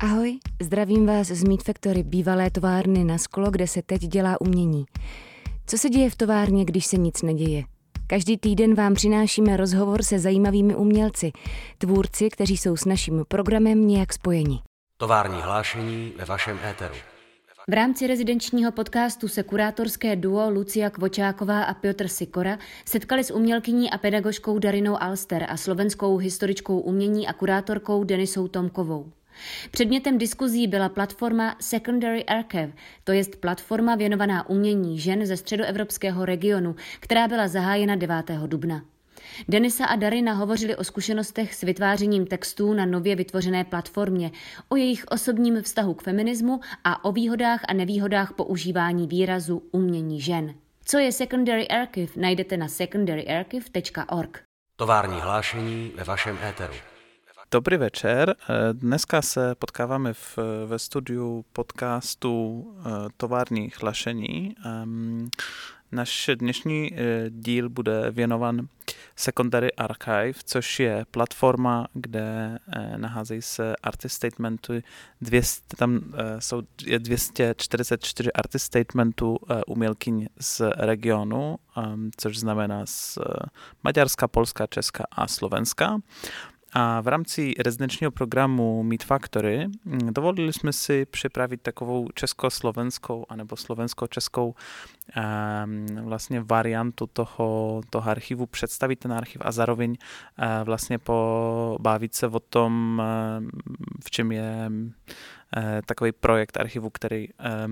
Ahoj, zdravím vás z Meat Factory, bývalé továrny na sklo, kde se teď dělá umění. Co se děje v továrně, když se nic neděje? Každý týden vám přinášíme rozhovor se zajímavými umělci, tvůrci, kteří jsou s naším programem nějak spojeni. Tovární hlášení ve vašem éteru. V rámci rezidenčního podcastu se kurátorské duo Lucia Kvočáková a Piotr Sikora setkali s umělkyní a pedagožkou Darinou Alster a slovenskou historičkou umění a kurátorkou Denisou Tomkovou. Předmětem diskuzí byla platforma Secondary Archive, to jest platforma věnovaná umění žen ze středoevropského regionu, která byla zahájena 9. dubna. Denisa a Darina hovořili o zkušenostech s vytvářením textů na nově vytvořené platformě, o jejich osobním vztahu k feminismu a o výhodách a nevýhodách používání výrazu umění žen. Co je Secondary Archive, najdete na secondaryarchive.org. Tovární hlášení ve vašem éteru. Dobrý večer. Dneska se potkáváme ve studiu podcastu Tovární hlášení. Náš dnešní díl bude věnovan Secondary Archive, což je platforma, kde nacházejí se artist statementy. Tam jsou 244 artist statementů umělkyň z regionu, což znamená z Maďarska, Polska, Česka a Slovenska. A v rámci rezidenčního programu Meat Factory dovolili jsme si připravit takovou československou anebo slovensko-českou vlastně variantu toho archivu, představit ten archiv a zároveň vlastně pobavit se o tom, v čem je takový projekt archivu, který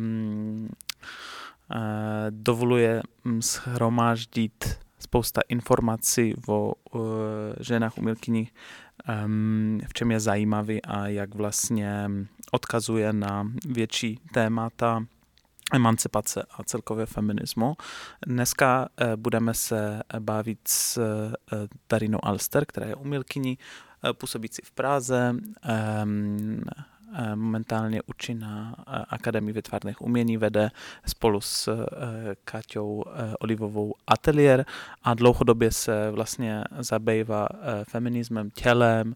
dovoluje shromáždit spousta informací o ženách umělkyních, v čem je zajímavý a jak vlastně odkazuje na větší témata emancipace a celkově feminismu. Dneska budeme se bavit s Darinou Alster, která je umělkyní působící v Praze, momentálně učí na Akademii výtvarných umění, vede spolu s Kaťou Olivovou ateliér a dlouhodobě se vlastně zabývá feminismem, tělem,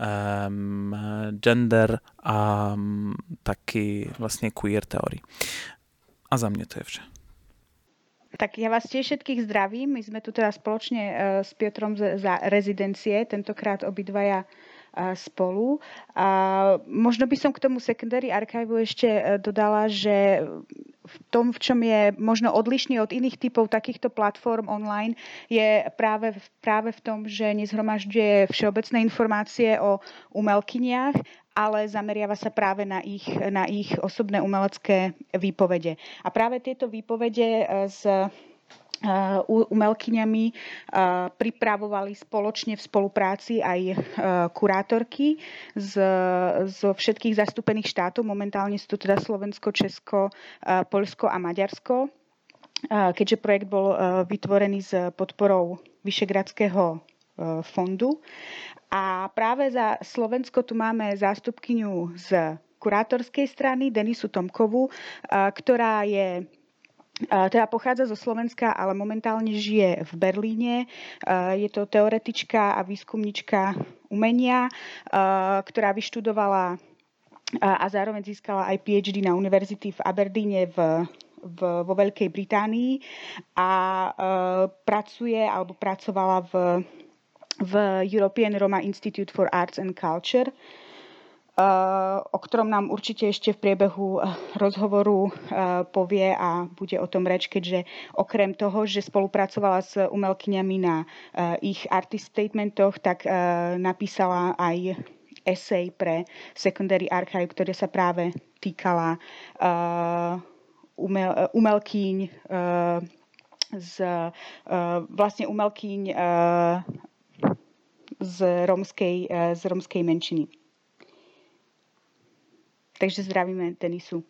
gender a taky vlastně queer teorii. A za mě to je vše. Tak ja vás tiež všetkých zdravím. My sme tu teda spoločne s Piotrom za rezidencie, tentokrát obidvaja spolu. A možno by som k tomu Secondary Archive ešte dodala, že v tom, v čom je možno odlišný od iných typov takýchto platform online, je práve v tom, že nezhromažďuje všeobecné informácie o umelkyniach, ale zameriava sa práve na ich osobné umelecké výpovede. A práve tieto výpovede s umelkyňami pripravovali spoločne v spolupráci aj kurátorky zo všetkých zastúpených štátov. Momentálne sú to teda Slovensko, Česko, Poľsko a Maďarsko. Keďže projekt bol vytvorený s podporou Vyšehradského fondu. A práve za Slovensko tu máme zástupkyňu z kurátorskej strany Denisu Tomkovú, ktorá teda pochádza zo Slovenska, ale momentálne žije v Berlíne. Je to teoretička a výskumnička umenia, ktorá vyštudovala a zároveň získala aj PhD na univerzity v Aberdeene vo Veľkej Británii a pracuje alebo pracovala v European Roma Institute for Arts and Culture, o ktorom nám určite ešte v priebehu rozhovoru povie a bude o tom reč, keďže okrem toho, že spolupracovala s umelkyňami na ich artist statementoch, tak napísala aj esej pre Secondary Archive, ktorá sa práve týkala umelkyň vlastne umelkyň z rómskej menšiny. Takže zdravíme Denisu.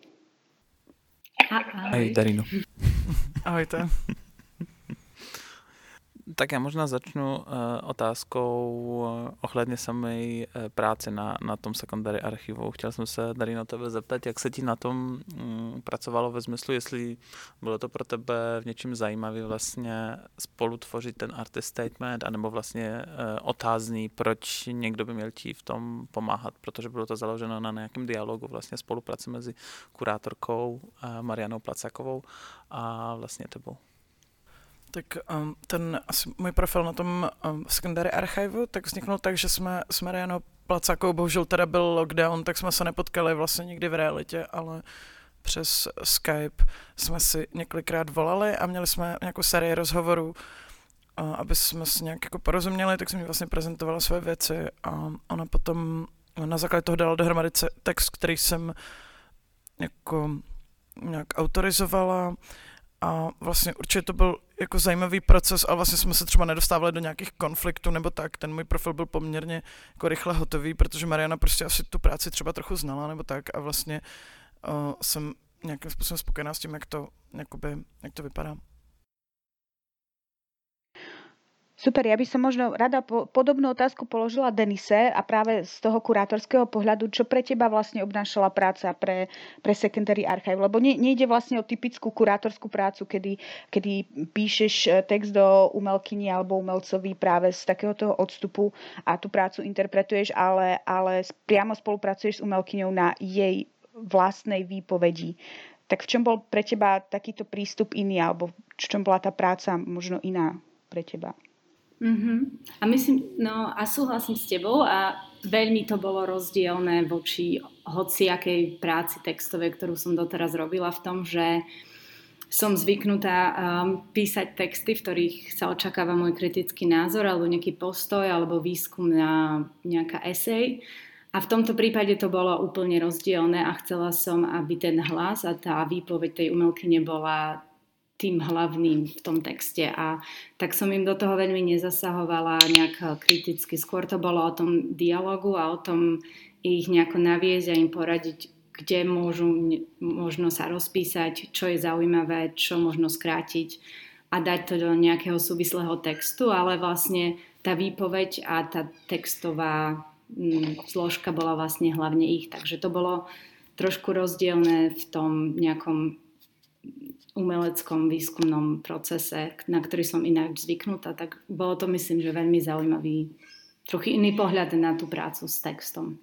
Ahoj Darinu. Ahojte. Tak já možná začnu otázkou ohledně samé práce na tom Secondary archivu. Chtěl jsem se, Darino, tebe zeptat, jak se ti na tom pracovalo ve smyslu, jestli bylo to pro tebe v něčím zajímavé vlastně spolu tvořit ten artist statement, anebo vlastně otázný, proč někdo by měl ti v tom pomáhat, protože bylo to založeno na nějakém dialogu, vlastně spolupráci mezi kurátorkou Marianou Placákovou a vlastně tebou. Tak ten asi můj profil na tom Secondary archivu tak vzniknul tak, že jsme s Marianou Placákovou, bohužel teda byl lockdown, tak jsme se nepotkali vlastně nikdy v realitě, ale přes Skype jsme si několikrát volali a měli jsme nějakou sérii rozhovorů, aby jsme si nějak jako porozuměli, tak jsem jí vlastně prezentovala své věci a ona potom na základě toho dala dohromady text, který jsem jako nějak autorizovala. A vlastně určitě to byl jako zajímavý proces, ale vlastně jsme se třeba nedostávali do nějakých konfliktů nebo tak. Ten můj profil byl poměrně jako rychle hotový, protože Mariana prostě asi tu práci třeba trochu znala nebo tak a vlastně jsem nějakým způsobem spokojená s tím, jak to vypadá. Super, ja by som možno rada podobnú otázku položila Denise a práve z toho kurátorského pohľadu, čo pre teba vlastne obnášala práca pre Secondary archive, lebo nejde vlastne o typickú kurátorskú prácu, kedy píšeš text do umelkyni alebo umelcovi práve z takého toho odstupu a tú prácu interpretuješ, ale priamo spolupracuješ s umelkyňou na jej vlastnej výpovedi. Tak v čom bol pre teba takýto prístup iný, alebo v čom bola tá práca možno iná pre teba? A myslím, a súhlasím s tebou a veľmi to bolo rozdielne voči hociakej práci textovej, ktorú som doteraz robila v tom, že som zvyknutá písať texty, v ktorých sa očakáva môj kritický názor alebo nejaký postoj alebo výskum na nejaká esej. A v tomto prípade to bolo úplne rozdielne a chcela som, aby ten hlas a tá výpoveď tej umelkyne bola tým hlavným v tom texte a tak som im do toho veľmi nezasahovala nejak kriticky. Skôr to bolo o tom dialogu a o tom ich nejako naviesť a im poradiť, kde môžu možno sa rozpísať, čo je zaujímavé, čo možno skrátiť a dať to do nejakého súvislého textu, ale vlastne tá výpoveď a tá textová zložka bola vlastne hlavne ich. Takže to bolo trošku rozdielne v tom nejakom umeleckom výskumnom procese, na ktorý som inak zvyknutá, tak bolo to, myslím, že veľmi zaujímavý, trochu iný pohľad na tú prácu s textom.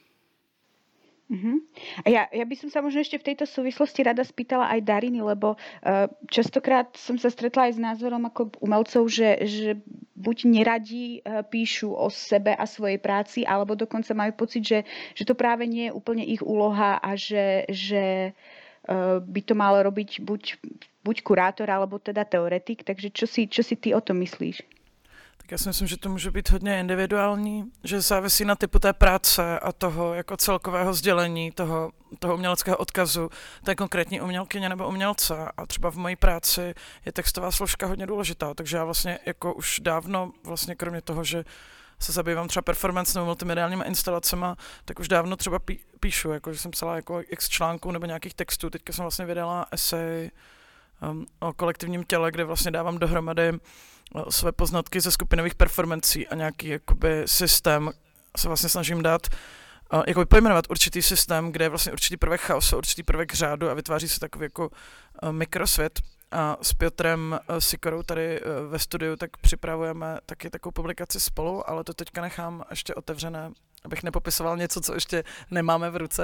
Ja by som sa možno ešte v tejto súvislosti rada spýtala aj Dariny, lebo častokrát som sa stretla aj s názorom ako umelcov, že buď neradi píšu o sebe a svojej práci, alebo dokonca majú pocit, že to práve nie je úplne ich úloha a že by to mal robiť buď kurátor, alebo teda teoretik. Takže čo si ty o tom myslíš? Tak já si myslím, že to může být hodně individuální, že závisí na typu té práce a toho jako celkového sdělení, toho uměleckého odkazu té konkrétní umělkyně nebo umělce. A třeba v mojí práci je textová složka hodně důležitá, takže já vlastně jako už dávno, vlastně kromě toho, že se zabývám třeba performance nebo multimediálníma instalacema, tak už dávno třeba píšu, jako, že jsem psala jako x článků nebo nějakých textů. Teďka jsem vlastně vydala esej o kolektivním těle, kde vlastně dávám dohromady své poznatky ze skupinových performancí a nějaký jakoby systém se vlastně snažím dát, jakoby pojmenovat určitý systém, kde je vlastně určitý prvek chaosu, určitý prvek řádu a vytváří se takový jako mikrosvět. A s Piotrem Sikorou tady ve studiu tak připravujeme taky takovou publikaci spolu, ale to teďka nechám ještě otevřené, abych nepopisoval něco, co ještě nemáme v ruce.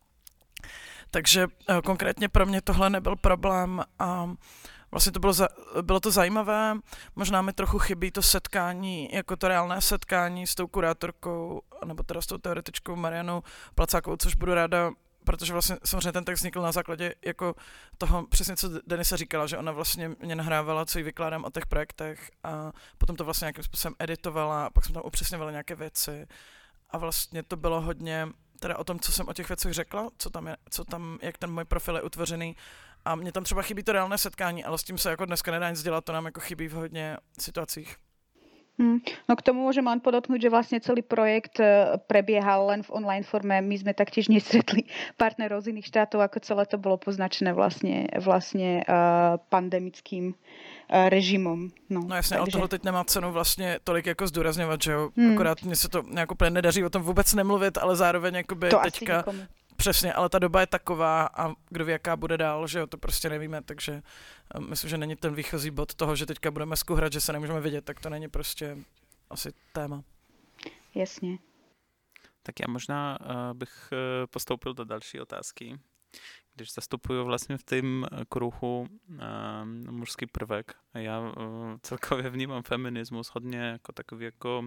Takže konkrétně pro mě tohle nebyl problém a vlastně to bylo to zajímavé. Možná mi trochu chybí to setkání, jako to reálné setkání s tou kurátorkou, nebo teda s tou teoretičkou Marianou Placákovou, což budu ráda, protože vlastně samozřejmě ten text vznikl na základě jako toho, přesně co Denisa říkala, že ona vlastně mě nahrávala, co jí vykládám o těch projektech a potom to vlastně nějakým způsobem editovala a pak jsme tam upřesňovali nějaké věci a vlastně to bylo hodně teda o tom, co jsem o těch věcech řekla, co tam, jak ten můj profil je utvořený a mně tam třeba chybí to reálné setkání, ale s tím se jako dneska nedá nic dělat, to nám jako chybí v hodně situacích. No k tomu môžem len podotknúť, že vlastne celý projekt prebiehal len v online forme. My sme taktiež nestretli partnerov z iných štátov, ako celé to bolo poznačené vlastne pandemickým režimom. No jasně, ale toho teď nemá cenu vlastně tolik jako zdůrazňovat, že jo? Akorát mně se to nějak úplně nedaří o tom vůbec nemluvit, ale zároveň jakoby to teďka... Přesně, ale ta doba je taková a kdo ví, jaká bude dál, že jo, to prostě nevíme, takže myslím, že není ten výchozí bod toho, že teďka budeme skuhrat, že se nemůžeme vidět, tak to není prostě asi téma. Jasně. Tak já možná bych postoupil do další otázky. Když zastupuju vlastně v tým kruhu mužský prvek, já celkově vnímám feminismus hodně jako takový jako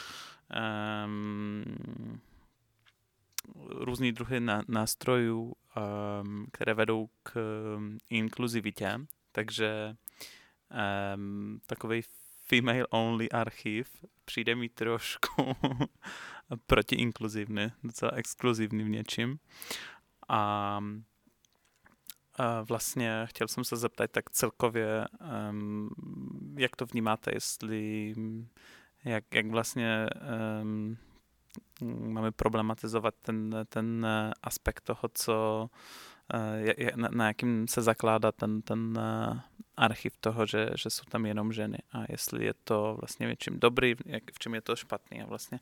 různý druhy nástrojů, které vedou k inkluzivitě, takže takový female-only archiv přijde mi trošku protiinkluzivní, docela exkluzivní v něčím. A vlastně chtěl jsem se zeptat tak celkově, jak to vnímáte, jestli jak vlastně máme problematizovat ten aspekt toho, co na jakým se zakládá ten archiv toho, že jsou tam jenom ženy a jestli je to vlastně něčím dobrý, v čem je to špatný a vlastně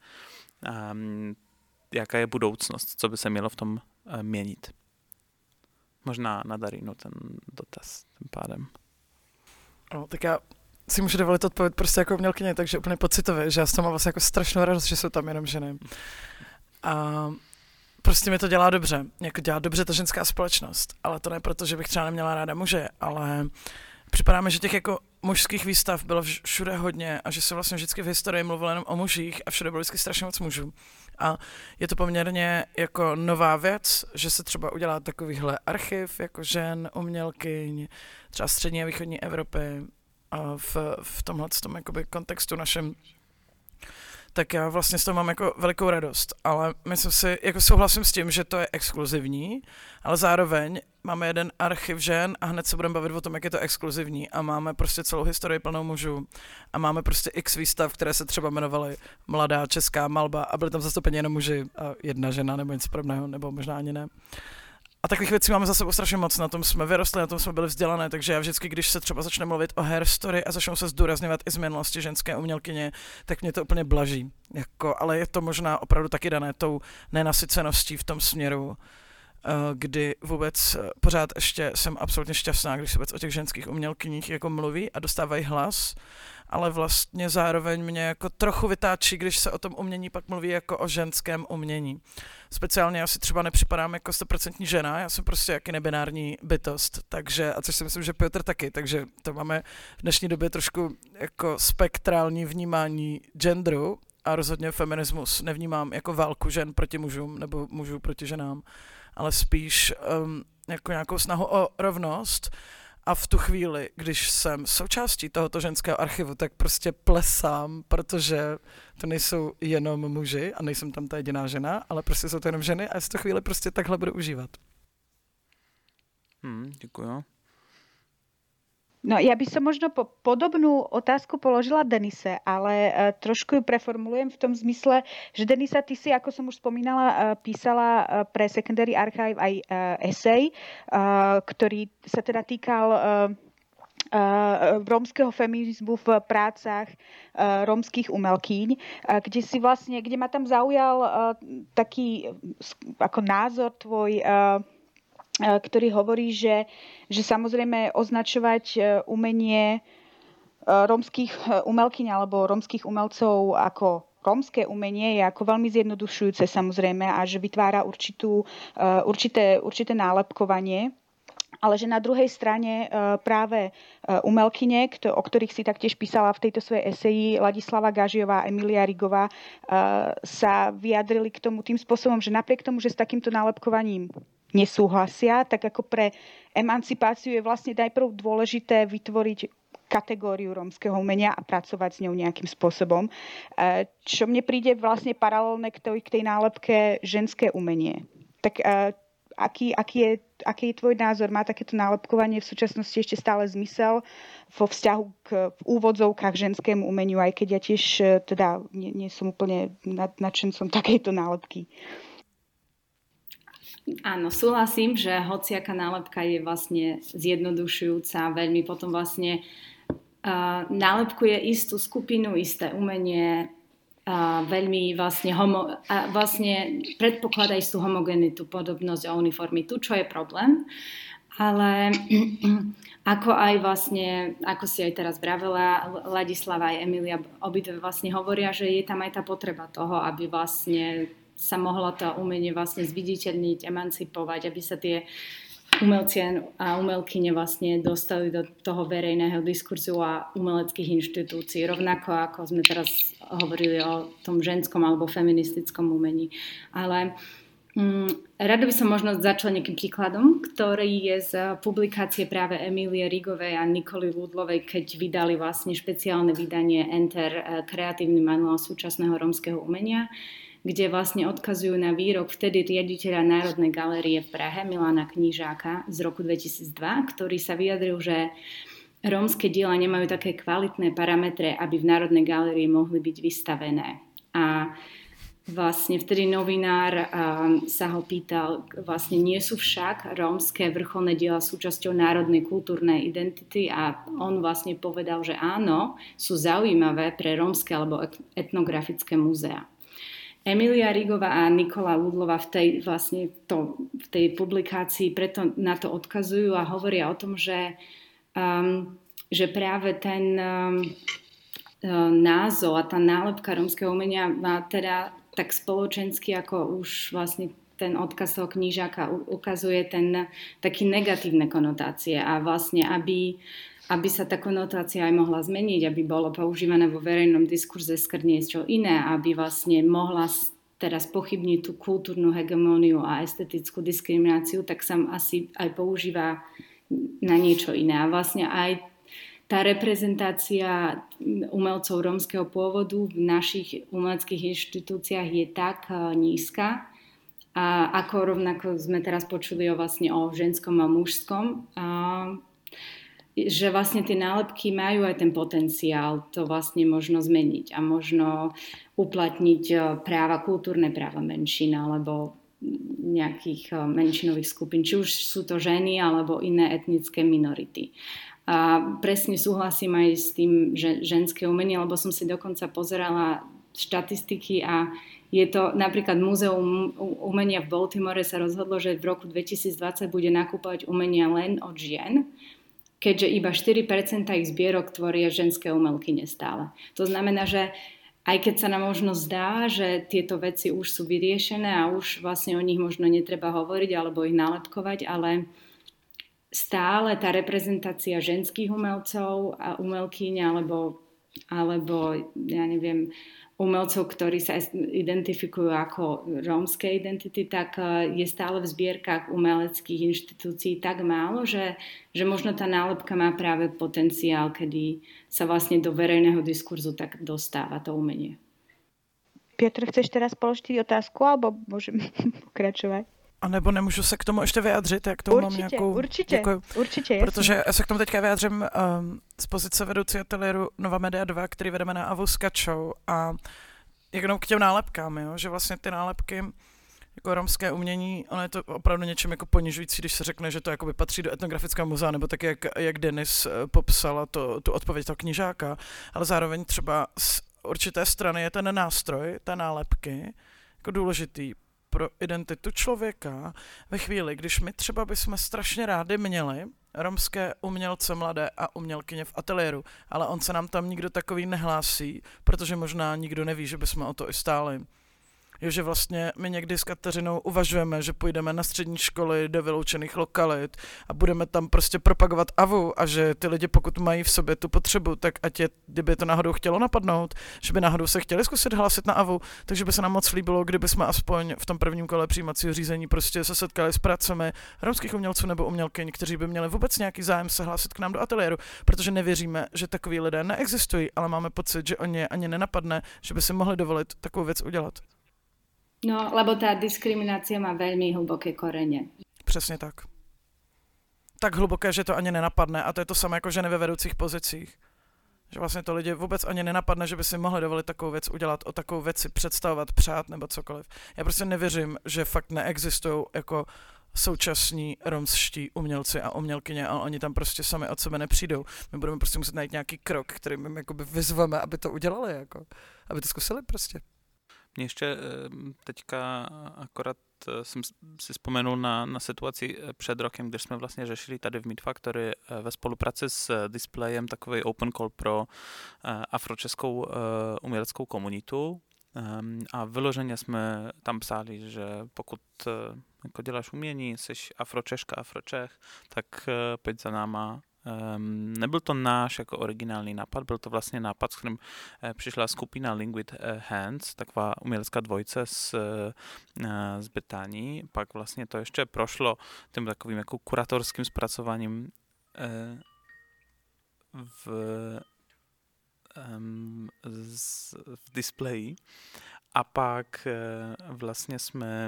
jaká je budoucnost, co by se mělo v tom měnit. Možná na Darinu ten dotaz tím pádem. No, tak já si můžu dovolit odpovědět prostě jako umělkyně, takže úplně pocitově, že já jsem mám vlastně jako strašnou radost, že jsou tam jenom ženy. A prostě mi to dělá dobře, jako dělá dobře ta ženská společnost, ale to ne proto, že bych třeba neměla ráda muže, ale připadá mi, že těch jako mužských výstav bylo všude hodně a že se vlastně vždycky v historii mluvilo jenom o mužích a všude bylo vždycky strašně moc mužů. A je to poměrně jako nová věc, že se třeba udělá takovýhle archiv jako žen, umělkyň, třeba střední a východní Evropy a v tomhle jakoby kontextu našem, tak já vlastně z toho mám jako velikou radost, ale myslím si, jako souhlasím s tím, že to je exkluzivní, ale zároveň máme jeden archiv žen a hned se budeme bavit o tom, jak je to exkluzivní a máme prostě celou historii plnou mužů a máme prostě x výstav, které se třeba jmenovaly Mladá česká malba a byly tam zastoupeni jenom muži a jedna žena nebo něco podobného, nebo možná ani ne. A takových věcí máme za sebou strašně moc, na tom jsme vyrostli, na tom jsme byli vzdělané, takže já vždycky, když se třeba začne mluvit o hair story a začnou se zdůrazňovat i z minulosti ženské umělkyně, tak mě to úplně blaží. Jako, ale je to možná opravdu taky dané tou nenasyceností v tom směru, kdy vůbec pořád ještě jsem absolutně šťastná, když se vůbec o těch ženských umělkyních jako mluví a dostávají hlas, ale vlastně zároveň mě jako trochu vytáčí, když se o tom umění pak mluví jako o ženském umění. Speciálně já si třeba nepřipadám jako 100% žena, já jsem prostě jaký nebinární bytost, takže, a což si myslím, že Piotr taky, takže to máme v dnešní době trošku jako spektrální vnímání genderu a rozhodně feminismus nevnímám jako válku žen proti mužům nebo mužů proti ženám, ale spíš jako nějakou snahu o rovnost. A v tu chvíli, když jsem součástí tohoto ženského archivu, tak prostě plesám, protože to nejsou jenom muži a nejsem tam ta jediná žena, ale prostě jsou to jenom ženy a v tu chvíli prostě takhle budu užívat. Děkuju. No ja by som možno podobnú otázku položila Denise, ale trošku ju preformulujem v tom zmysle, že Denisa, ty si, ako som už spomínala, písala pre Secondary Archive aj esej, ktorý sa teda týkal rómskeho feminizmu v prácach rómskych umelkyň, kde ma tam zaujal taký ako názor tvoj, ktorý hovorí, že samozrejme označovať umenie rómskych umelkyň alebo rómskych umelcov ako rómske umenie je ako veľmi zjednodušujúce samozrejme a že vytvára určité nálepkovanie. Ale že na druhej strane práve umelkyne, o ktorých si taktiež písala v tejto svojej eseji, Ladislava Gažiová a Emilia Rigová, sa vyjadrili k tomu tým spôsobom, že napriek tomu, že s takýmto nálepkovaním nesúhlasia, tak ako pre emancipáciu je vlastne najprv dôležité vytvoriť kategóriu rómskeho umenia a pracovať s ňou nejakým spôsobom. Čo mne príde vlastne paralelné k tej nálepke ženské umenie. Tak aký je tvoj názor? Má takéto nálepkovanie v súčasnosti ešte stále zmysel vo vzťahu k v úvodzovkách ženskému umeniu, aj keď ja tiež teda nie som úplne nadšencom takejto nálepky. Áno, súhlasím, že hociaká nálepka je vlastne zjednodušujúca, veľmi potom vlastne nálepkuje istú skupinu, isté umenie, veľmi vlastne predpokladá istú homogenitu, podobnosť a uniformitu, čo je problém. Ale ako aj vlastne, ako si aj teraz vravela, Ladislava aj Emilia obidve vlastne hovoria, že je tam aj tá potreba toho, aby vlastne sa mohlo to umenie vlastne zviditeľniť, emancipovať, aby sa tie umelci a umelkyne vlastne dostali do toho verejného diskurzu a umeleckých inštitúcií. Rovnako ako sme teraz hovorili o tom ženskom alebo feministickom umení. Ale rada by som možno začala nejakým príkladom, ktorý je z publikácie práve Emílie Rigovej a Nikoly Ludlovej, keď vydali vlastne špeciálne vydanie Enter, kreatívny manuál súčasného rómskeho umenia, kde vlastne odkazujú na výrok vtedy riaditeľa Národnej galérie v Prahe Milana Knížáka z roku 2002, ktorý sa vyjadril, že rómske diela nemajú také kvalitné parametre, aby v Národnej galérii mohli byť vystavené. A vlastne vtedy novinár sa ho pýtal, vlastne nie sú však rómske vrcholné diela súčasťou národnej kultúrnej identity a on vlastne povedal, že áno, sú zaujímavé pre rómske alebo etnografické múzea. Emília Rigová a Nikola Ludlova v tej publikácii preto na to odkazujú a hovoria o tom, že práve ten názov a tá nálepka rómskeho umenia má teda tak spoločensky, ako už vlastne ten odkaz toho knížaka ukazuje taký negatívne konotácie a vlastne, aby sa tá konotácia aj mohla zmeniť, aby bolo používané vo verejnom diskurze skôr niečo iné, aby vlastne mohla teraz pochybniť tú kultúrnu hegemóniu a estetickú diskrimináciu, tak sa asi aj používa na niečo iné. A vlastne aj tá reprezentácia umelcov rómskeho pôvodu v našich umeleckých inštitúciách je tak nízka, a ako rovnako sme teraz počuli vlastne o ženskom a mužskom, že vlastne tie nálepky majú aj ten potenciál to vlastne možno zmeniť a možno uplatniť kultúrne práva menšín alebo nejakých menšinových skupín, či už sú to ženy alebo iné etnické minority. A presne súhlasím aj s tým, že ženské umenie, lebo som si dokonca pozerala štatistiky a je to napríklad Múzeum umenia v Baltimore sa rozhodlo, že v roku 2020 bude nakúpovať umenia len od žien, keďže iba 4% ich zbierok tvoria ženské umelkyne stále. To znamená, že aj keď sa nám možno zdá, že tieto veci už sú vyriešené a už vlastne o nich možno netreba hovoriť alebo ich nálepkovať, ale stále tá reprezentácia ženských umelcov a umelkyň alebo ja neviem, umelcov, ktorí sa identifikujú ako rómske identity, tak je stále v zbierkach umeleckých inštitúcií tak málo, že možno tá nálepka má práve potenciál, kedy sa vlastne do verejného diskurzu tak dostáva to umenie. Piotr, chceš teraz položiť otázku, alebo môžem pokračovať? A nebo nemůžu se k tomu ještě vyjádřit, jak to mám nějakou... Určitě. Protože já se k tomu teďka vyjádřím z pozice vedoucí ateliéru Nova Media 2, který vedeme na AVU s Kačou a jenom k těm nálepkám, jo? Že vlastně ty nálepky jako romské umění, ono je to opravdu něčím jako ponižující, když se řekne, že to jakoby patří do etnografického muzea, nebo tak, jak Denis popsala tu odpověď toho knížáka, ale zároveň třeba z určité strany je ten nástroj, té nálepky, jako důležitý pro identitu člověka ve chvíli, když my třeba bychom strašně rádi měli romské umělce mladé a umělkyně v ateliéru, ale on se nám tam nikdo takový nehlásí, protože možná nikdo neví, že bychom o to i stáli. Je, že vlastně my někdy s Kateřinou uvažujeme, že půjdeme na střední školy do vyloučených lokalit a budeme tam prostě propagovat AVU a že ty lidi, pokud mají v sobě tu potřebu, tak ať je, kdyby to náhodou chtělo napadnout, že by náhodou se chtěli zkusit hlásit na AVU, takže by se nám moc líbilo, kdyby jsme aspoň v tom prvním kole přijímacího řízení prostě se setkali s pracemi romských umělců nebo umělkyň, kteří by měli vůbec nějaký zájem se hlásit k nám do ateliéru, protože nevěříme, že takoví lidé neexistují, ale máme pocit, že oni ani nenapadne, že by si mohli dovolit takovou věc udělat. No, lebo tá diskriminácia má veľmi hlboké korene. Přesně tak. Tak hluboké, že to ani nenapadne. A to je to samé jako ženy ve vedoucích pozicích. Že vlastně to lidi vůbec ani nenapadne, že by si mohli dovolit takovou věc udělat, o takovou věc si představovat, přát nebo cokoliv. Já prostě nevěřím, že fakt neexistují jako současní romští umělci a umělkyně, ale oni tam prostě sami od sebe nepřijdou. My budeme prostě muset najít nějaký krok, kterým jim jakoby vyzveme, aby to udělali, jako, aby to zkusili prostě. Mě ještě teďka akorát jsem si vzpomenul na situaci před rokem, když jsme vlastně řešili tady v Meat Factory ve spolupráci s Displayem takový open call pro afročeskou uměleckou komunitu. A vyloženě jsme tam psali, že pokud jako děláš umění, jsi afročeška, afročech, tak pojď za náma. Nebyl to náš jako originální nápad, byl to vlastně nápad, s kterým přišla skupina Link with Hands, taková umělecká dvojice z Británii. Pak vlastně to ještě prošlo tím takovým jako kuratorským zpracováním v displeji. A pak vlastně jsme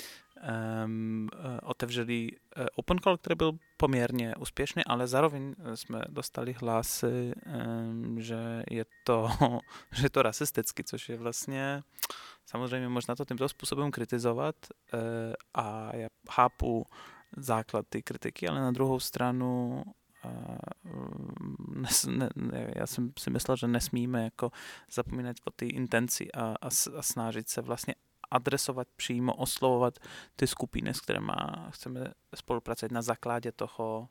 otevřeli open call, který byl poměrně úspěšný, ale zároveň jsme dostali hlasy, že je to rasistický, což je vlastně samozřejmě možná to tímto způsobem kritizovat a já chápu základ té kritiky, ale na druhou stranu já jsem si myslel, že nesmíme jako zapomínat o té intenci a snažit se vlastně adresovat přímo, oslovovat ty skupiny, s kterými chceme spolupracovat na základě toho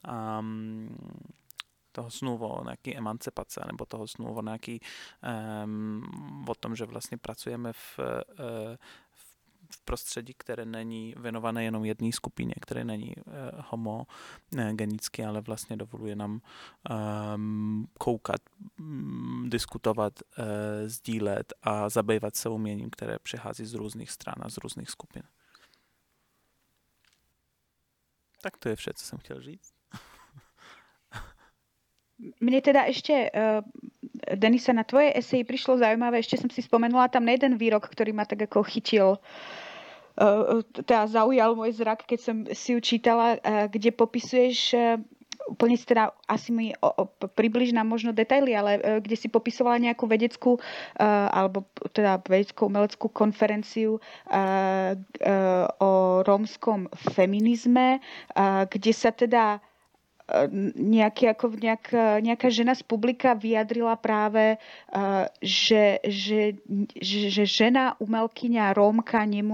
snu o nějaké emancipace, nebo toho snu o nějaký o tom, že vlastně pracujeme v prostředí, které není věnované jenom jedné skupině, které není homogenické, ale vlastně dovoluje nám koukat, diskutovat, sdílet a zabývat se uměním, které přichází z různých stran a z různých skupin. Tak to je vše, co jsem chtěl říct. Mne teda ešte, Denisa, na tvoje eseji prišlo zaujímavé, ešte som si spomenula tam na jeden výrok, ktorý ma tak ako chytil, teda zaujal môj zrak, keď som si ju čítala, kde popisuješ, úplne si teda asi mi približ nám možno detaily, ale kde si popisovala nejakú vedeckú, alebo teda vedeckú umeleckú konferenciu o rómskom feminizme, kde sa teda nejaká žena z publika vyjadrila práve, že žena umelkyňa Rómka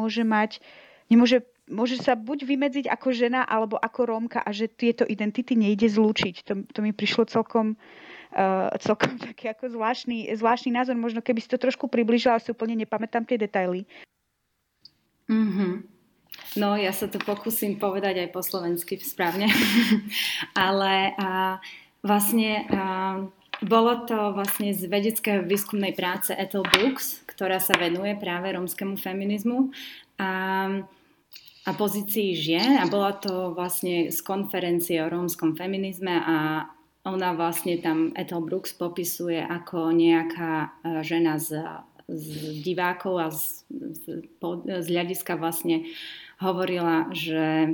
môže sa buď vymedziť ako žena alebo ako Rómka a že tieto identity nejde zlúčiť. To mi prišlo celkom taký ako zvláštny názor. Možno keby si to trošku priblížila, si úplne nepamätám tie detaily. Mhm. No, ja sa to pokúsim povedať aj po slovensky správne, ale vlastne bolo to vlastne z vedeckej výskumnej práce Ethel Brooks, ktorá sa venuje práve rómskemu feminizmu a pozícii žien, a bola to vlastne z konferencie o rómskom feminizme a ona vlastne tam Ethel Brooks popisuje ako nejaká žena z divákov a z hľadiska vlastne hovorila, že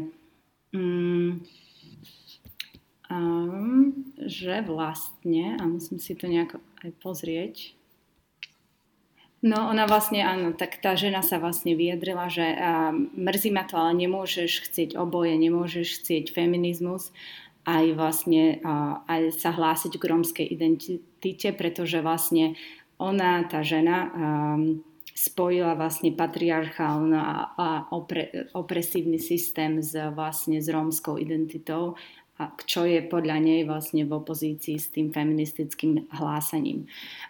vlastne, a musím si to nejako aj pozrieť, no ona vlastne, áno, tak tá žena sa vlastne vyjadrila, že mrzí ma to, ale nemôžeš chcieť oboje, nemôžeš chcieť feminizmus aj vlastne aj sa hlásiť k rómskej identite, pretože vlastne ona, tá žena, spojila vlastne patriarchálny a opresívny systém s rómskou identitou, čo je podľa nej vlastne v opozícii s tým feministickým hlásaním.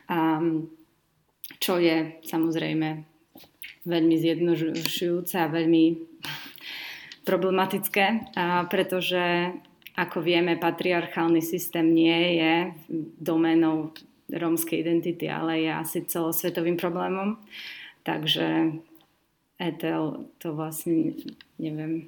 Čo je samozrejme veľmi zjednodušujúce a veľmi problematické, pretože ako vieme, patriarchálny systém nie je doménou rómskej identity, ale je asi celosvetovým problémom. Takže Ethel to vlastne, neviem,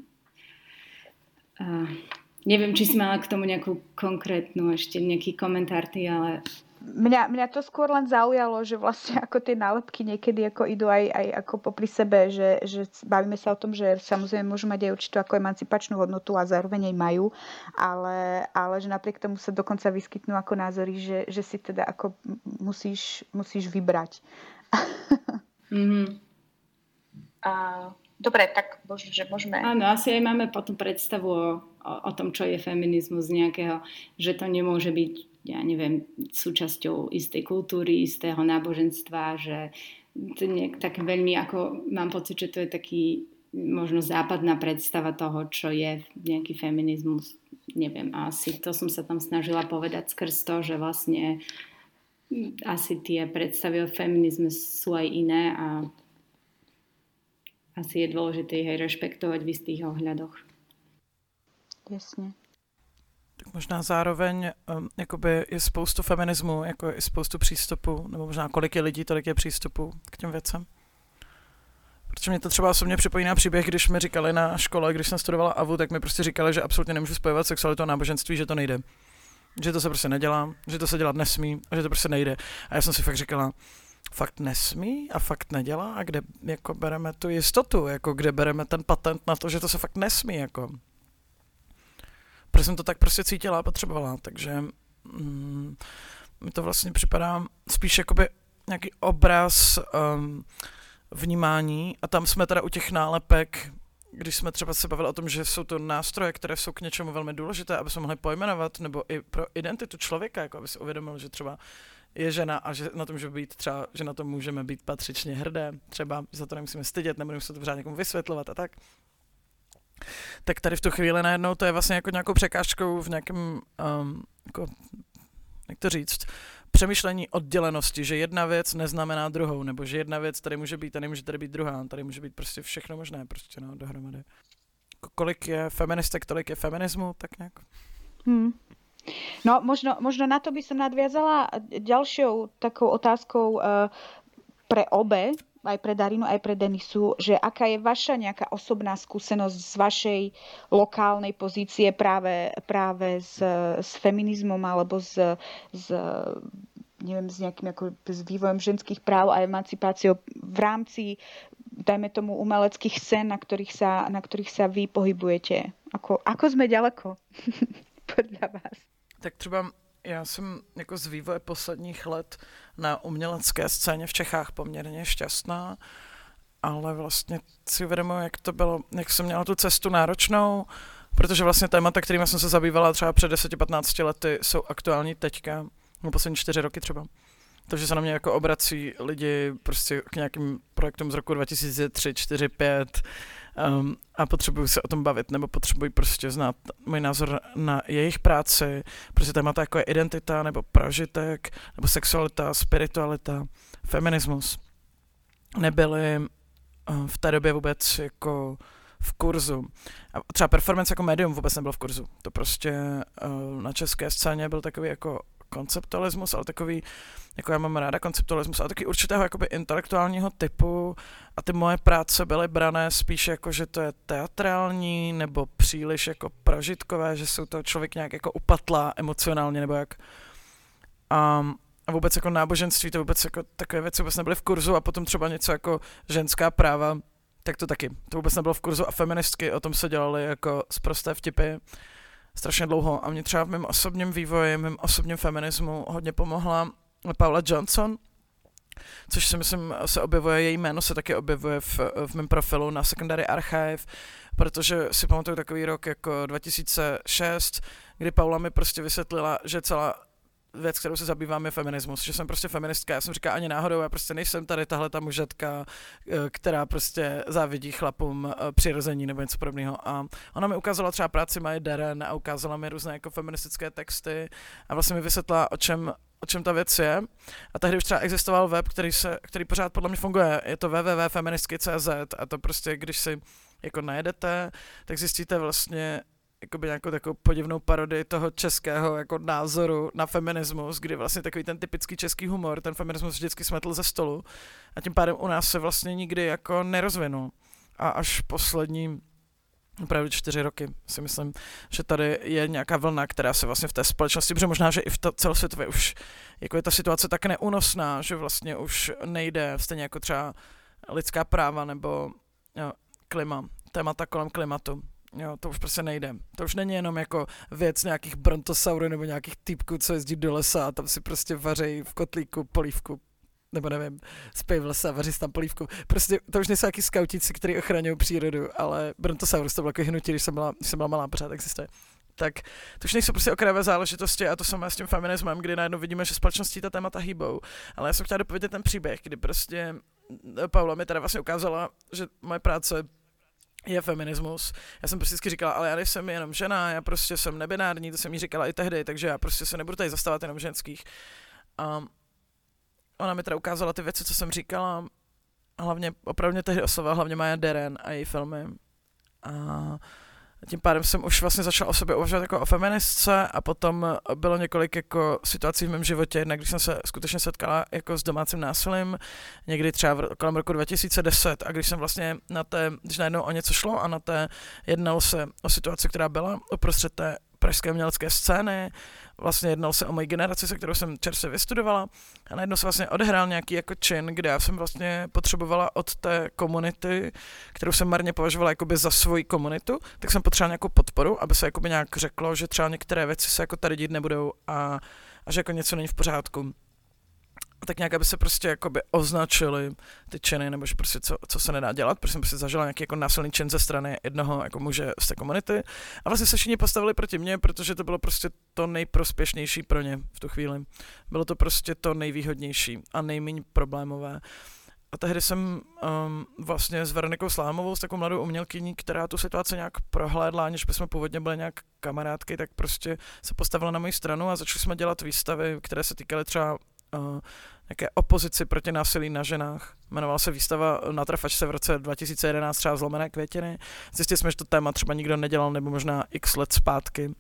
či si mala k tomu nejakú konkrétnu, ešte nejaký komentár ty, ale... Mňa to skôr len zaujalo, že vlastne ako tie nálepky niekedy ako idú aj ako popri sebe, že bavíme sa o tom, že samozrejme môžu mať aj určitú ako emancipačnú hodnotu a zároveň aj majú, ale že napriek tomu sa dokonca vyskytnú ako názory, že si teda ako musíš vybrať. Dobre, tak že môžeme... Áno, asi aj máme potom predstavu o tom, čo je feminizmus nejakého, že to nemôže byť, ja neviem, súčasťou istej kultúry, istého náboženstva, že to tak veľmi, ako mám pocit, že to je taký možno západná predstava toho, čo je nejaký feminizmus. Neviem, asi to som sa tam snažila povedať skrz to, že vlastne asi tie predstavy o feminizme sú aj iné a asi je dôležité ich aj rešpektovať v istých ohľadoch. Jasne. Tak možná zároveň jakoby je spoustu feminismu, jako je spoustu přístupů, nebo možná kolik je lidí, tolik je přístupů k těm věcem. Protože mě to třeba osobně připomíná příběh, když mi říkali na škole, když jsem studovala AVU, tak mi prostě říkali, že absolutně nemůžu spojovat sexualitu a náboženství, že to nejde. Že to se prostě nedělá, že to se dělat nesmí a že to prostě nejde. A já jsem si fakt říkala, fakt nesmí a fakt nedělá a kde jako bereme tu jistotu, jako kde bereme ten patent na to, že to se fakt nesmí, jako. Protože jsem to tak prostě cítila a potřebovala, takže mi to vlastně připadá spíš jakoby nějaký obraz vnímání a tam jsme teda u těch nálepek, když jsme třeba se bavili o tom, že jsou to nástroje, které jsou k něčemu velmi důležité, aby se mohli pojmenovat, nebo i pro identitu člověka, jako aby si uvědomil, že třeba je žena a že na tom může být třeba, že na tom můžeme být patřičně hrdé, třeba za to nemusíme stydět, nebudeme se to pořád někomu vysvětlovat a tak. Tak tady v tu chvíli najednou to je vlastně jako nějakou překážkou v nějakém, jako, jak to říct, přemýšlení oddělenosti, že jedna věc neznamená druhou, nebo že jedna věc tady může být a nemůže tady být druhá, tady může být prostě všechno možné, prostě no, dohromady. Kolik je feministek, tolik je feminismu, tak nějak. No, možno na to by som nadviazala ďalšou takou otázkou pre obe, aj pre Darinu, aj pre Denisu, že aká je vaša nejaká osobná skúsenosť z vašej lokálnej pozície práve s feminizmom alebo neviem, s nejakým ako s vývojom ženských práv a emancipáciou v rámci, dajme tomu, umeleckých scén, na ktorých sa vy pohybujete. Ako sme ďaleko podľa vás? Tak třeba já jsem jako z vývoje posledních let na umělecké scéně v Čechách poměrně šťastná, ale vlastně si uvědomuji, jak to bylo, jak jsem měla tu cestu náročnou, protože vlastně témata, kterými jsem se zabývala třeba před 10-15 lety, jsou aktuální teďka, no poslední 4 roky třeba. Takže se na mě jako obrací lidi prostě k nějakým projektům z roku 2003, 4, 5 a potřebují se o tom bavit, nebo potřebují prostě znát můj názor na jejich práci, prostě témata jako je identita, nebo prožitek, nebo sexualita, spiritualita, feminismus. Nebyly v té době vůbec jako v kurzu. A třeba performance jako médium vůbec nebylo v kurzu. To prostě na české scéně byl takový jako konceptualismus, ale takový, jako já mám ráda konceptualismus, ale taky určitého jakoby intelektuálního typu a ty moje práce byly brané spíš jako, že to je teatrální nebo příliš jako prožitkové, že jsou to člověk nějak jako upatlá emocionálně nebo jak. A vůbec jako náboženství, to vůbec jako takové věci vůbec nebyly v kurzu a potom třeba něco jako ženská práva, tak to taky. To vůbec nebylo v kurzu a feministky o tom se dělaly jako sprosté vtipy strašně dlouho a mě třeba v mém osobním vývoji, mém osobním feminismu hodně pomohla Paula Johnson, což si myslím se objevuje, její jméno se taky objevuje v mém profilu na Secondary Archive, protože si pamatuju takový rok jako 2006, kdy Paula mi prostě vysvětlila, že celá věc, kterou se zabývám, je feminismus, že jsem prostě feministka, já jsem říkala ani náhodou, já prostě nejsem tady tahle ta mužetka, která prostě závidí chlapům přirození nebo něco podobného a ona mi ukázala třeba práci Maje Deren a ukázala mi různé jako feministické texty a vlastně mi vysvětlila, o čem ta věc je a tehdy už třeba existoval web, který pořád podle mě funguje, je to www.feministky.cz a to prostě, když si jako najedete, tak zjistíte vlastně jakoby nějakou takovou podivnou parodii toho českého jako názoru na feminismus, kdy vlastně takový ten typický český humor, ten feminismus vždycky smetl ze stolu a tím pádem u nás se vlastně nikdy jako nerozvinul. A až poslední opravdu 4 roky si myslím, že tady je nějaká vlna, která se vlastně v té společnosti, protože možná, že i v celosvětově už jako je ta situace tak neúnosná, že vlastně už nejde stejně jako třeba lidská práva nebo klima, témata kolem klimatu. Jo, to už prostě nejde. To už není jenom jako věc nějakých brontosaurů nebo nějakých týpků, co jezdí do lesa a tam si prostě vařejí v kotlíku polívku nebo nevím, spí v lese a vaří tam polívku. Prostě to už nejsou jaký skautíci, kteří ochraňují přírodu, ale Brontosaurus to bylo jako hnutí, když jsem byla malá, pořád existuje. Tak to už nejsou prostě okrajové záležitosti a to samé s tím feminismem, kdy najednou vidíme, že společností ta témata hýbou. Ale já jsem chtěla dopovědět ten příběh, kdy prostě Paula mi teda vlastně ukázala, že moje práce je feminismus. Já jsem prostě říkala, ale já nejsem jenom žena, já prostě jsem nebinární, to jsem jí říkala i tehdy, takže já prostě se nebudu tady zastávat jenom ženských. A ona mi teda ukázala ty věci, co jsem říkala, hlavně, opravdu tehdy oslovila hlavně Maya Deren a její filmy. A tím pádem jsem už vlastně začala o sobě uvažovat jako o feministce a potom bylo několik jako situací v mém životě, jednak když jsem se skutečně setkala jako s domácím násilím, někdy třeba kolem roku 2010 a když jsem vlastně když najednou o něco šlo a jednalo se o situaci, která byla uprostřed té pražské umělecké scény, vlastně jednalo se o moji generaci, se kterou jsem čerstvě vystudovala a najednou se vlastně odehrál nějaký jako čin, kde já jsem vlastně potřebovala od té komunity, kterou jsem marně považovala jakoby za svoji komunitu, tak jsem potřebovala nějakou podporu, aby se jakoby nějak řeklo, že třeba některé věci se jako tady dít nebudou a že jako něco není v pořádku. A tak nějak, aby se prostě jakoby označily ty činy, nebo že prostě co se nedá dělat, protože jsem prostě zažila nějaký jako násilný čin ze strany jednoho jako muže z té komunity. A vlastně se všichni postavili proti mně, protože to bylo prostě to nejprospěšnější pro ně v tu chvíli. Bylo to prostě to nejvýhodnější a nejméně problémové. A tehdy jsem vlastně s Veronikou Slámovou, s takovou mladou umělkyní, která tu situaci nějak prohlédla, aniž bychom původně byli nějak kamarádky, tak prostě se postavila na moji stranu a začali jsme dělat výstavy, které se týkaly třeba nějaké opozici proti násilí na ženách. Jmenovala se výstava na Trafačce v roce 2011 třeba Zlomené květiny. Zjistili jsme, že to téma třeba nikdo nedělal, nebo možná x let zpátky.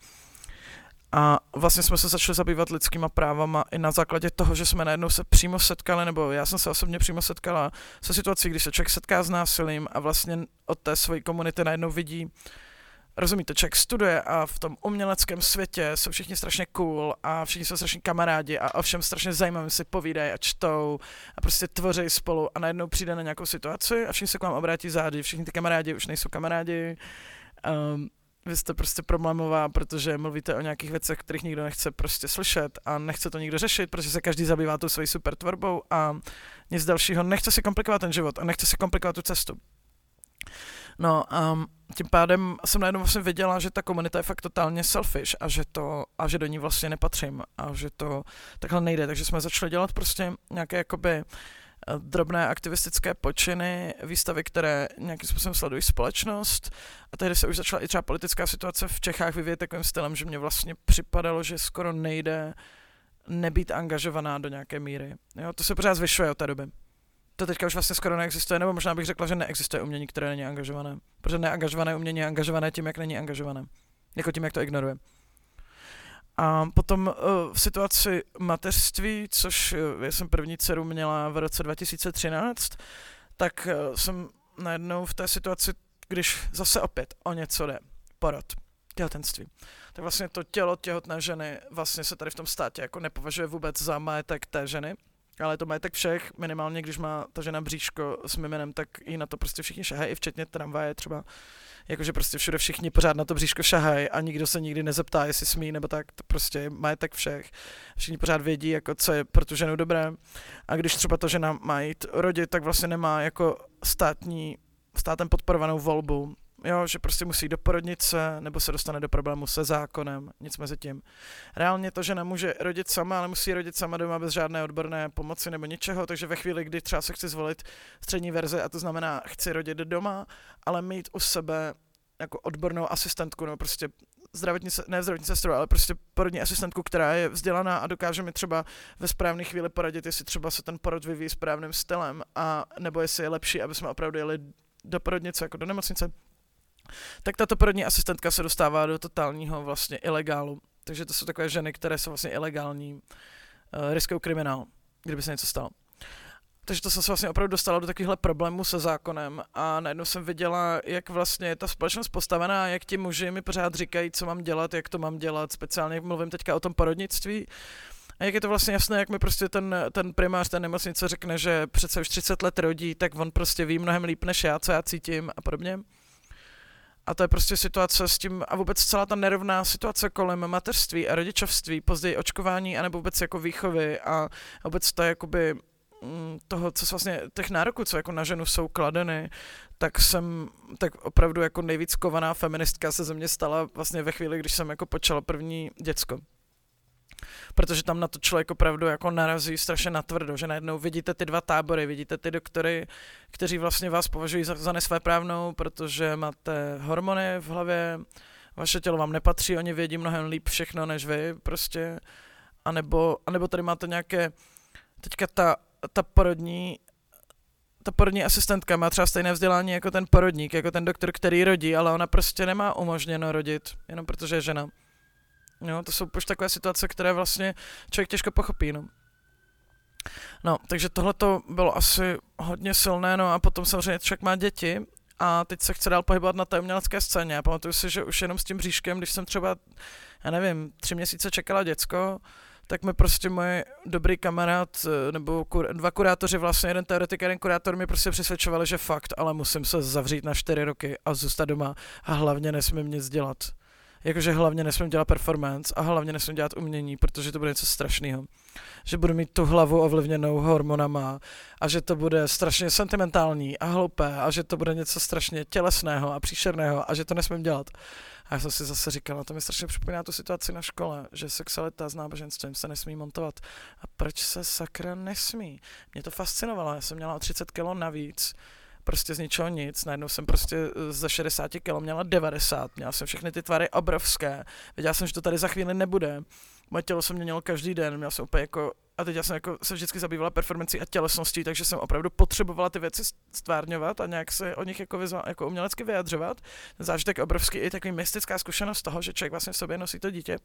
A vlastně jsme se začali zabývat lidskýma právama i na základě toho, že jsme najednou se přímo setkali, nebo já jsem se osobně přímo setkala se situací, když se člověk setká s násilím a vlastně od té své komunity najednou vidí, rozumíte, člověk studuje a v tom uměleckém světě jsou všichni strašně cool a všichni jsou strašně kamarádi a o všem strašně zajímavým si povídají a čtou a prostě tvoří spolu a najednou přijde na nějakou situaci a všichni se k vám obrátí zády, všichni ty kamarádi už nejsou kamarádi, vy jste prostě problémová, protože mluvíte o nějakých věcech, kterých nikdo nechce prostě slyšet a nechce to nikdo řešit, protože se každý zabývá tou svojí super tvorbou a nic dalšího, nechce si komplikovat ten život a nechce si komplikovat tu cestu. No a tím pádem jsem najednou vlastně viděla, že ta komunita je fakt totálně selfish a že do ní vlastně nepatřím a že to takhle nejde, takže jsme začali dělat prostě nějaké jakoby drobné aktivistické počiny, výstavy, které nějakým způsobem sledují společnost a tehdy se už začala i třeba politická situace v Čechách vyvíjet takovým stylem, že mě vlastně připadalo, že skoro nejde nebýt angažovaná do nějaké míry. Jo, to se pořád zvyšuje od té doby. To teďka už vlastně skoro neexistuje, nebo možná bych řekla, že neexistuje umění, které není angažované. Protože neangažované umění je angažované tím, jak není angažované. Jako tím, jak to ignoruje. A potom v situaci mateřství, což já jsem první dceru měla v roce 2013, tak jsem najednou v té situaci, když zase opět o něco jde, porod, těhotenství. Tak vlastně to tělo těhotné ženy vlastně se tady v tom státě jako nepovažuje vůbec za majetek té ženy, ale je to majetek všech, minimálně když má ta žena bříško s miminem, tak i na to prostě všichni šahají, i včetně tramvaje třeba. Jakože prostě všude všichni pořád na to bříško šahají a nikdo se nikdy nezeptá, jestli smí nebo tak, to prostě je majetek všech. Všichni pořád vědí, jako co je pro tu ženu dobré. A když třeba ta žena má jít rodit, tak vlastně nemá jako státem podporovanou volbu. Jo, že prostě musí do porodnice, nebo se dostane do problému se zákonem, nic mezi tím. Reálně to, že nemůže rodit sama, ale musí rodit sama doma bez žádné odborné pomoci nebo ničeho, takže ve chvíli, kdy třeba se chci zvolit střední verze, a to znamená, chci rodit doma, ale mít u sebe jako odbornou asistentku, nebo prostě zdravotní sestru, ale prostě porodní asistentku, která je vzdělaná a dokáže mi třeba ve správné chvíli poradit, jestli třeba se ten porod vyvíjí správným stylem, a nebo jestli je lepší, aby jsme opravdu jeli do porodnice, jako do nemocnice. Tak tato porodní asistentka se dostává do totálního vlastně ilegálu. Takže to jsou takové ženy, které jsou vlastně ilegální, riskují kriminál, kdyby se něco stalo. Takže to jsem se vlastně opravdu dostala do takovýchhle problémů se zákonem a najednou jsem viděla, jak vlastně je ta společnost postavená, jak ti muži mi pořád říkají, co mám dělat, jak to mám dělat, speciálně mluvím teďka o tom porodnictví. A jak je to vlastně jasné, jak mi prostě ten primář té nemocnice řekne, že přece už 30 let rodí, tak on prostě ví mnohem líp než já, co já cítím a podobně. A to je prostě situace s tím a vůbec celá ta nerovná situace kolem mateřství a rodičovství, později očkování, anebo vůbec jako výchovy a vůbec to jakoby toho, co vlastně těch nároků, co jako na ženu jsou kladeny, tak opravdu jako nejvíc kovaná feministka se ze mě stala vlastně ve chvíli, když jsem jako počala první děcko. Protože tam na to člověk opravdu jako narazí strašně natvrdo, že najednou vidíte ty dva tábory, vidíte ty doktory, kteří vlastně vás považují za nesvéprávnou, protože máte hormony v hlavě, vaše tělo vám nepatří, oni vědí mnohem líp všechno než vy prostě, anebo tady máte nějaké, teďka ta porodní asistentka má třeba stejné vzdělání jako ten porodník, jako ten doktor, který rodí, ale ona prostě nemá umožněno rodit, jenom protože je žena. Jo, to jsou už takové situace, které vlastně člověk těžko pochopí, no. No, takže tohle to bylo asi hodně silné, no a potom samozřejmě člověk má děti a teď se chce dál pohybovat na té umělecké scéně. Já pamatuju si, že už jenom s tím bříškem, když jsem třeba, 3 měsíce čekala děcko, tak mi prostě můj dobrý kamarád, nebo dva kurátoři, vlastně jeden teoretik, jeden kurátor mi prostě přesvědčovali, že fakt, ale musím se zavřít na 4 roky a zůstat doma a hlavně nesmím nic dělat. Jakože hlavně nesmím dělat performance a hlavně nesmím dělat umění, protože to bude něco strašného. Že budu mít tu hlavu ovlivněnou hormonama a že to bude strašně sentimentální a hloupé a že to bude něco strašně tělesného a příšerného a že to nesmím dělat. A já jsem si zase říkala, to mi strašně připomíná tu situaci na škole, že sexualita s náboženstvím se nesmí montovat. A proč se sakra nesmí? Mě to fascinovalo, já jsem měla o 30 kilo navíc, prostě z ničeho nic, najednou jsem prostě za 60 kg měla 90, měla jsem všechny ty tvary obrovské, věděla jsem, že to tady za chvíli nebude, moje tělo se měnilo každý den, měla jsem úplně jako, a teď já jsem jako se vždycky zabývala performancí a tělesností, takže jsem opravdu potřebovala ty věci stvárňovat a nějak se o nich jako umělecky vyjadřovat. Ten zážitek obrovský i takový mystická zkušenost toho, že člověk vlastně v sobě nosí to dítě.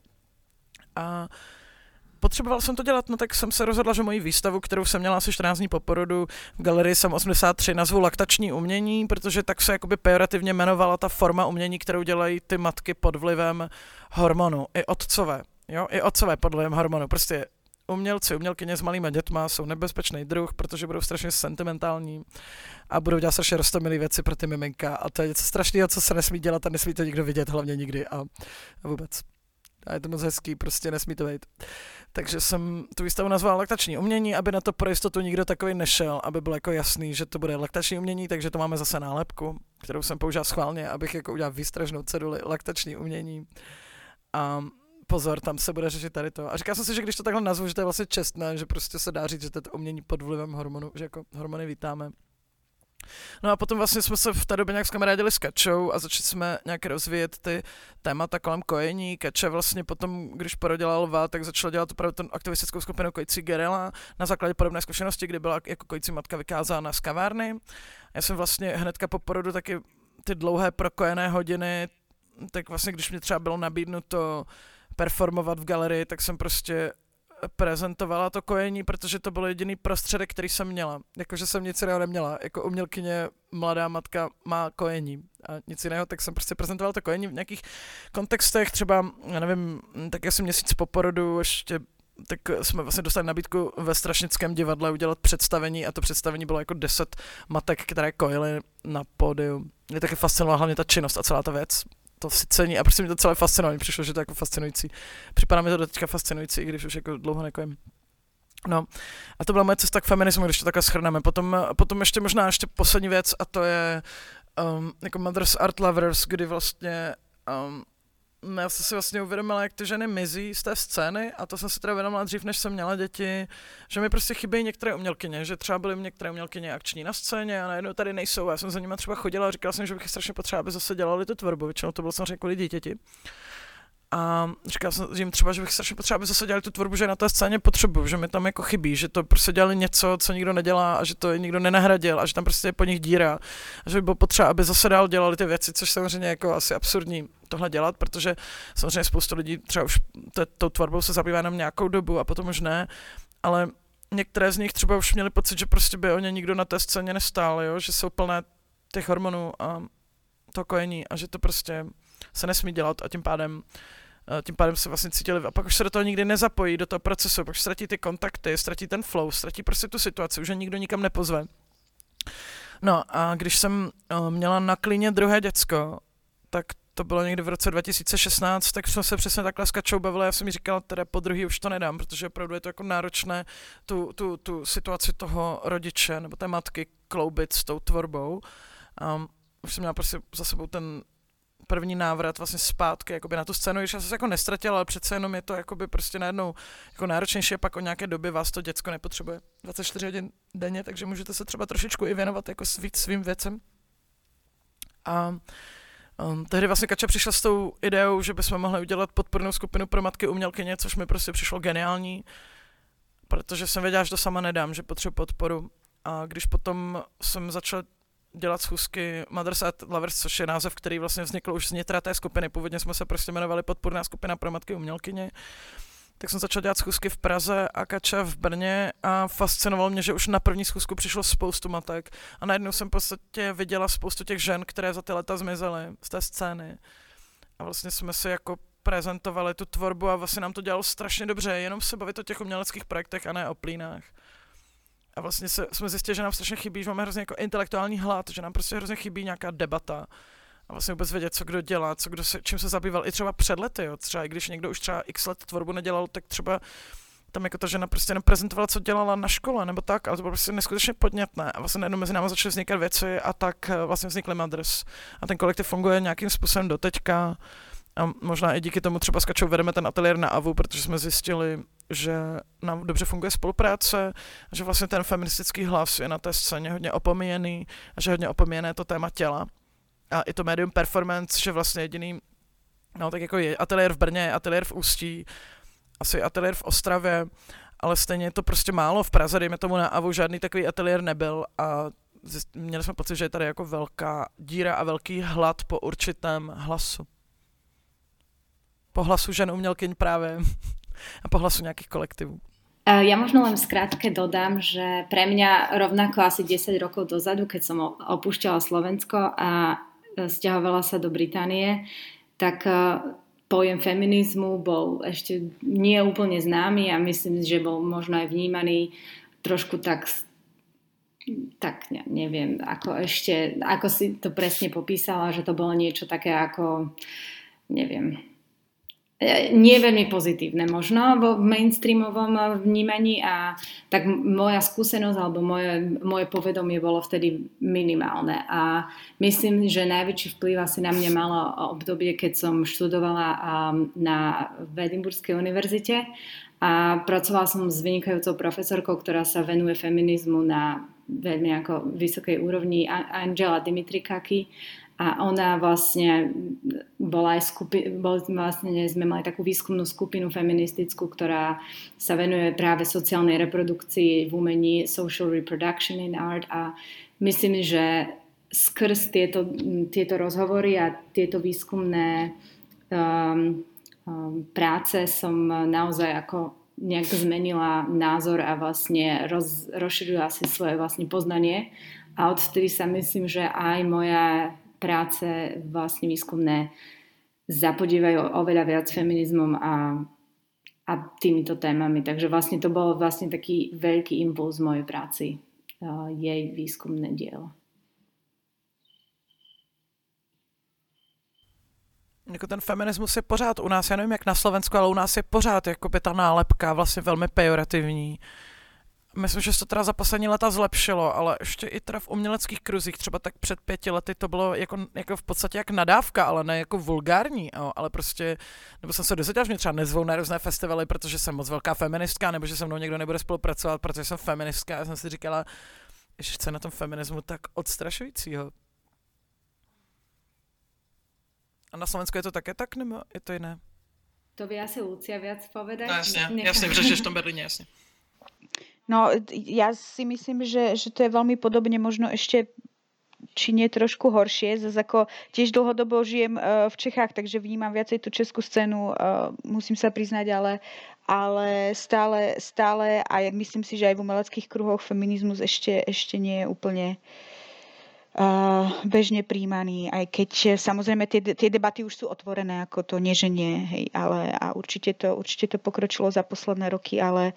A potřeboval jsem to dělat, no tak jsem se rozhodla, že moji výstavu, kterou jsem měla asi 14 dní po porodu v galerii SAM 83, nazvu laktační umění, protože tak se jakoby pejorativně jmenovala ta forma umění, kterou dělají ty matky pod vlivem hormonu, i otcové, jo, i otcové pod vlivem hormonu, prostě umělci, umělkyně s malýma dětma jsou nebezpečný druh, protože budou strašně sentimentální a budou dělat strašně roztomilé věci pro ty miminka a to je něco strašného, co se nesmí dělat a nesmí to nikdo vidět, hlavně nikdy a vůbec. A je to moc hezký, prostě nesmí to být. Takže jsem tu výstavu nazval laktační umění, aby na to pro jistotu nikdo takový nešel, aby bylo jako jasný, že to bude laktační umění, takže to máme zase nálepku, kterou jsem použil schválně, abych jako udělal výstražnou ceduli laktační umění. A pozor, tam se bude řešit tady to. A říkal jsem si, že když to takhle nazvu, že to je vlastně čestné, že prostě se dá říct, že to je umění pod vlivem hormonu, že jako hormony vítáme. No a potom vlastně jsme se v té době nějak skamarádili s Kačou a začali jsme nějak rozvíjet ty témata kolem kojení. Kača vlastně potom, když porodila lva, tak začala dělat opravdu ten aktivistickou skupinu Kojící Gerela na základě podobné zkušenosti, kdy byla jako kojící matka vykázána z kavárny. Já jsem vlastně hnedka po porodu taky ty dlouhé prokojené hodiny, tak vlastně když mě třeba bylo nabídnuto performovat v galerii, tak jsem prostě prezentovala to kojení, protože to byl jediný prostředek, který jsem měla. Jakože jsem nic jiného neměla. Jako umělkyně mladá matka má kojení a nic jiného, tak jsem prostě prezentovala to kojení v nějakých kontextech, třeba, já nevím, tak asi měsíc po porodu ještě, tak jsme vlastně dostali nabídku ve Strašnickém divadle udělat představení a to představení bylo jako 10 matek, které kojily na pódiu. Mě taky fascinovala hlavně ta činnost a celá ta věc. To si cení a prostě mi to celé fascinovalo, mi přišlo, že to je jako fascinující. Připadá mi to teďka fascinující, i když už jako dlouho nekojím. No a to byla moje cesta k feminismu, když to takhle shrneme. Potom ještě možná poslední věc a to je jako Mothers Art Lovers, kdy vlastně já jsem si vlastně uvědomila, jak ty ženy mizí z té scény a to jsem si teda uvědomila dřív, než jsem měla děti, že mi prostě chybějí některé umělkyně, že třeba byly některé umělkyně akční na scéně a najednou tady nejsou. Já jsem za nimi třeba chodila a říkala jsem, že bych strašně potřebovala, aby zase dělali tu tvorbu, většinou to bylo samozřejmě kvůli dítěti. A říkal jsem jim třeba, že bych strašně potřeboval, aby zase dělali tu tvorbu, že na té scéně potřebuju, že mi tam jako chybí, že to prostě dělali něco, co nikdo nedělá a že to nikdo nenahradil a že tam prostě je po nich díra a že by bylo potřeba, aby zase dál dělali ty věci, což samozřejmě jako asi absurdní tohle dělat, protože samozřejmě spoustu lidí třeba už tou tvorbou se zabývá jenom nějakou dobu a potom už ne, ale některé z nich třeba už měli pocit, že prostě by o ně nikdo na té scéně nestál, jo? Že jsou plné těch hormonů a to kojení a že to prostě se nesmí dělat a tím pádem se vlastně cítili a pak už se do toho nikdy nezapojí, do toho procesu, pak už ztratí ty kontakty, ztratí ten flow, ztratí prostě tu situaci, už je nikdo nikam nepozve. No a když jsem měla na klíně druhé děcko, tak to bylo někdy v roce 2016, tak jsme se přesně takhle s Kačou bavili, já jsem jí říkala, teda po druhý už to nedám, protože opravdu je to jako náročné tu situaci toho rodiče nebo té matky kloubit s tou tvorbou. Už jsem měla prostě za sebou ten první návrat vlastně zpátky jakoby na tu scénu, když já jsem se jako nestratila, ale přece jenom je to jakoby prostě najednou jako náročnější a pak o nějaké době vás to děcko nepotřebuje 24 hodin denně, takže můžete se třeba trošičku i věnovat jako svým věcem. A tehdy vlastně Kača přišla s tou ideou, že bychom mohli udělat podpornou skupinu pro matky umělkyně, což mi prostě přišlo geniální, protože jsem věděla, že to sama nedám, že potřebuji podporu. A když potom jsem začala dělat schůzky Mothers at Lovers, což je název, který vlastně vznikl už z nitra té skupiny, původně jsme se prostě jmenovali Podporná skupina pro matky umělkyně, tak jsem začal dělat schůzky v Praze a Kača v Brně a fascinovalo mě, že už na první schůzku přišlo spoustu matek a najednou jsem v podstatě viděla spoustu těch žen, které za ty leta zmizely z té scény a vlastně jsme si jako prezentovali tu tvorbu a vlastně nám to dělalo strašně dobře, jenom se bavit o těch uměleckých projektech a ne o plínách. A vlastně jsme zjistili, že nám strašně chybí, že máme hrozně jako intelektuální hlad, že nám prostě hrozně chybí nějaká debata a vlastně vůbec vědět, co kdo dělá, čím se zabýval i třeba před lety, jo. Třeba i když někdo už třeba x let tvorbu nedělal, tak třeba tam jako ta žena prostě jenom prezentovala, co dělala na škole nebo tak, ale to bylo prostě neskutečně podnětné a vlastně najednou mezi námi začaly vznikat věci a tak vlastně vznikly Mothers a ten kolektiv funguje nějakým způsobem doteďka a možná i díky tomu třeba s Kačou vedeme ten ateliér na AVU, protože jsme zjistili, že nám dobře funguje spolupráce, že vlastně ten feministický hlas je na té scéně hodně opomíjený a že hodně opomíjené to téma těla. A i to médium performance, že vlastně jediný, no tak jako je ateliér v Brně, ateliér v Ústí, asi ateliér v Ostravě, ale stejně je to prostě málo. V Praze, dejme tomu na AVU, žádný takový ateliér nebyl a měli jsme pocit, že je tady jako velká díra a velký hlad po určitém hlasu. Po hlasu žen umělkyň právě a po hlasu nejakých kolektivů. Ja možno len skrátke dodám, že pre mňa rovnako asi 10 rokov dozadu, keď som opúšťala Slovensko a sťahovala sa do Británie, tak pojem feminizmu bol ešte nie úplne známy a myslím, že bol možno aj vnímaný trošku tak neviem, ako si to presne popísala, že to bolo niečo také ako, neviem, nie veľmi pozitívne možno v mainstreamovom vnímaní a tak moja skúsenosť alebo moje povedomie bolo vtedy minimálne a myslím, že najväčší vplyv asi na mňa malo obdobie, keď som študovala na Edinburghskej univerzite a pracovala som s vynikajúcou profesorkou, ktorá sa venuje feminizmu na veľmi ako vysokej úrovni, Angela Dimitrikaki. A ona vlastne bola aj sme mali takú výskumnú skupinu feministickú, ktorá sa venuje práve sociálnej reprodukcii v umení, social reproduction in art a myslím, že skrz tieto rozhovory a tieto výskumné práce som naozaj ako nejak zmenila názor a vlastne rozšírila si svoje vlastne poznanie a odvtedy sa myslím, že aj moja práce vlastne výskumné zapodívajú oveľa viac feminizmom a týmito témami. Takže vlastne to bol vlastne taký veľký impuls mojej práci, jej výskumné dielo. Jako ten feminismus je pořád u nás, já nevím jak na Slovensku, ale u nás je pořád jakoby ta nálepka vlastně velmi pejorativní. Myslím, že se to teda za poslední leta zlepšilo, ale ještě i teda v uměleckých kruzích, třeba tak před 5 lety to bylo jako v podstatě jak nadávka, ale ne jako vulgární, ale prostě, nebo jsem se dozvěděla, že mě třeba nezvou na různé festivaly, protože jsem moc velká feministka, nebo že se mnou někdo nebude spolupracovat, protože jsem feministka. Já jsem si říkala, že chce na tom feminismu tak odstrašujícího. A na Slovensku je to také tak, nebo je to jiné? To by asi Lucia viac povedať. No jasne, že v tom Berlíne, jasne. No, ja si myslím, že to je veľmi podobne, možno ešte či nie trošku horšie. Zase ako tiež dlhodobo žijem v Čechách, takže vnímam viacej tú českú scénu, musím sa priznať, ale stále a myslím si, že aj v umeleckých kruhoch feminizmus ešte nie je úplne bežne príjmaný, aj keď samozrejme tie debaty už sú otvorené, ako to nie, že nie, hej, ale a určite to pokročilo za posledné roky, ale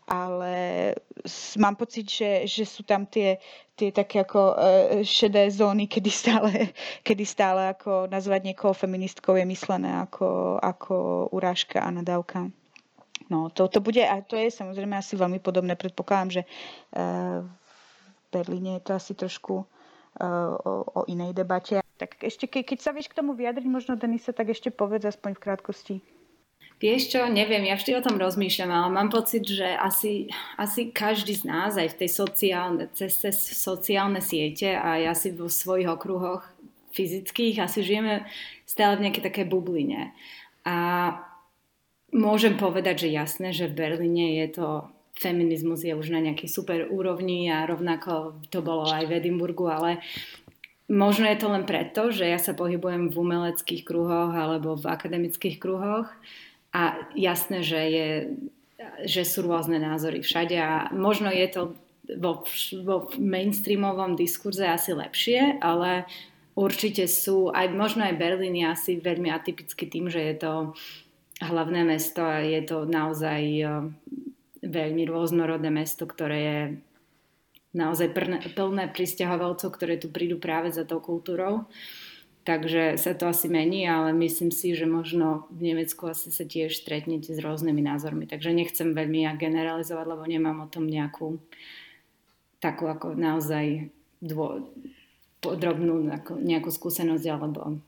mám pocit, že sú tam tie také ako šedé zóny, kedy stále ako nazvať niekoho feministkou je myslené ako urážka a nadávka. No, to bude, a to je samozrejme asi veľmi podobné. Predpokladám, že v Berlíne je to asi trošku o inej debate. Tak ešte, keď sa vieš k tomu vyjadriť, možno Denisa, tak ešte povedz aspoň v krátkosti. Vieš čo, neviem, ja vždy o tom rozmýšľam, ale mám pocit, že asi každý z nás aj v tej cez sociálne siete a ja si vo svojich okruhoch fyzických asi žijeme stále v nejakej takej bubline. A môžem povedať, že jasné, že v Berlíne je to feminizmus je už na nejakej super úrovni a rovnako to bolo aj v Edinburgu, ale možno je to len preto, že ja sa pohybujem v umeleckých kruhoch alebo v akademických kruhoch a jasné, že sú rôzne názory všade a možno je to vo mainstreamovom diskurze asi lepšie, ale určite sú, aj možno aj Berlín je asi veľmi atypický tým, že je to hlavné mesto a je to naozaj veľmi rôznorodné mesto, ktoré je naozaj plné prisťahovalcov, ktoré tu prídu práve za tou kultúrou. Takže sa to asi mení, ale myslím si, že možno v Nemecku asi sa tiež stretnete s rôznymi názormi. Takže nechcem veľmi generalizovať, lebo nemám o tom nejakú takú ako naozaj podrobnú nejakú skúsenosť alebo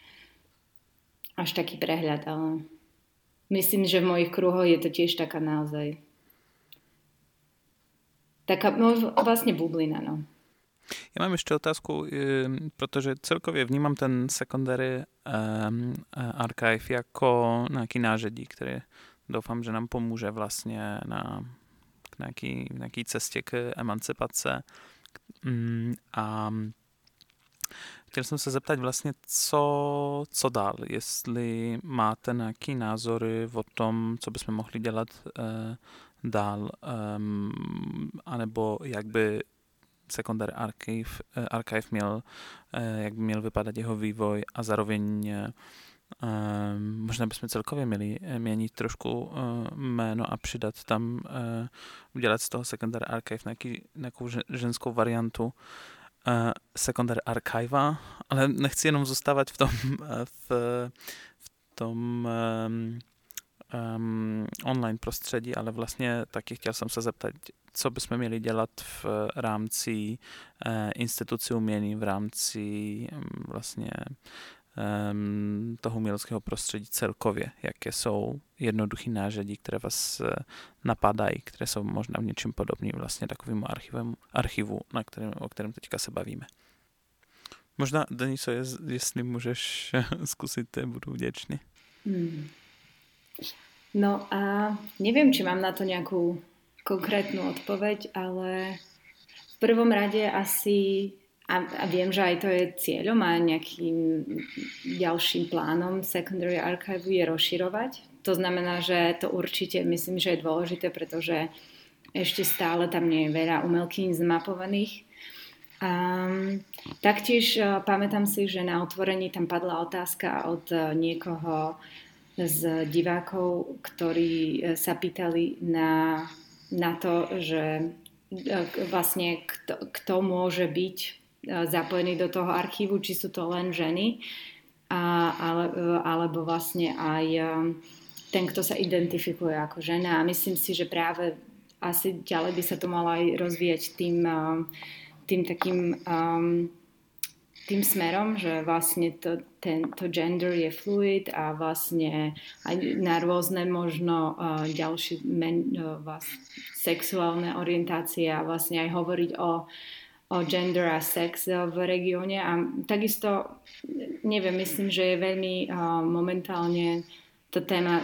až taký prehľad, ale myslím, že v mojich kruhoch je to tiež taká naozaj taká vlastne bublina, no. Já mám ještě otázku, protože celkově vnímám ten secondary archive jako nějaký nářadí, které doufám, že nám pomůže vlastně k nějaký cestě k emancipace. A chtěl jsem se zeptat vlastně, co dál, jestli máte nějaký názory o tom, co bychom mohli dělat dál, anebo jak by Secondary Archive měl, jak by měl vypadat jeho vývoj a zároveň možná bychom celkově měli měnit trošku jméno a přidat tam, udělat z toho Secondary Archive nějakou ženskou variantu Secondary Archiva, ale nechci jenom zůstávat v tom online prostředí, ale vlastně taky chtěl jsem se zeptat, co bychom měli dělat v rámci institucí umění, v rámci vlastně toho uměleckého prostředí celkově, jaké jsou jednoduché nářadí, které vás napadají, které jsou možná v něčem podobný vlastně takovému archivu, o kterém teďka se bavíme. Možná, Deniso, jestli můžeš zkusit, budu vděčný. No a neviem, či mám na to nejakú konkrétnu odpoveď, ale v prvom rade asi, a viem, že aj to je cieľom a nejakým ďalším plánom Secondary Archive je rozširovať. To znamená, že to určite myslím, že je dôležité, pretože ešte stále tam nie je veľa umelkyň zmapovaných. Taktiež pamätám si, že na otvorení tam padla otázka od niekoho z divákov, ktorí sa pýtali na to, že vlastne kto môže byť zapojený do toho archívu, či sú to len ženy, alebo vlastne aj ten, kto sa identifikuje ako žena. A myslím si, že práve asi ďalej by sa to malo aj rozvíjať tým takým tým smerom, že vlastne to gender je fluid a vlastne aj na rôzne možno ďalšie sexuálne orientácie a vlastne aj hovoriť o gender a sex v regióne. A takisto, neviem, myslím, že je veľmi momentálne to téma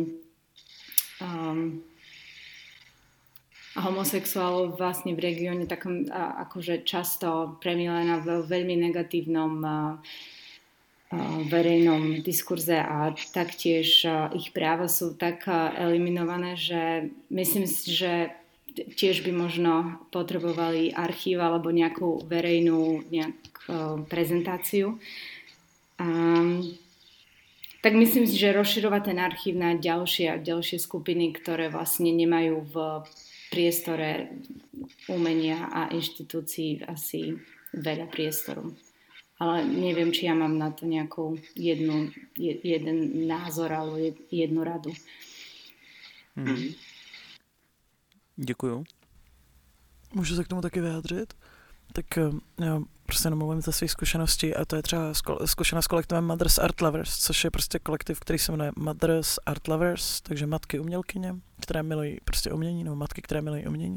homosexuálov vlastne v regióne takom akože často premielená v veľmi negatívnom verejnom diskurze a taktiež ich práva sú tak eliminované, že myslím si, že tiež by možno potrebovali archív alebo nejakú verejnú prezentáciu. Tak myslím si, že rozširovať ten archív na ďalšie skupiny, ktoré vlastne nemajú v priestore umenia a inštitúcií asi veľa priestoru. Ale neviem, či ja mám na to nejakú jeden názor alebo jednu radu. Děkuju. Můžu se k tomu taky vyjádřit? Tak já prostě nemluvím ze svých zkušeností a to je třeba zkušenost s kolektivem Mothers Art Lovers, což je prostě kolektiv, který se jmenuje Mothers Art Lovers, takže matky umělkyně, které milují prostě umění, nebo matky, které milují umění.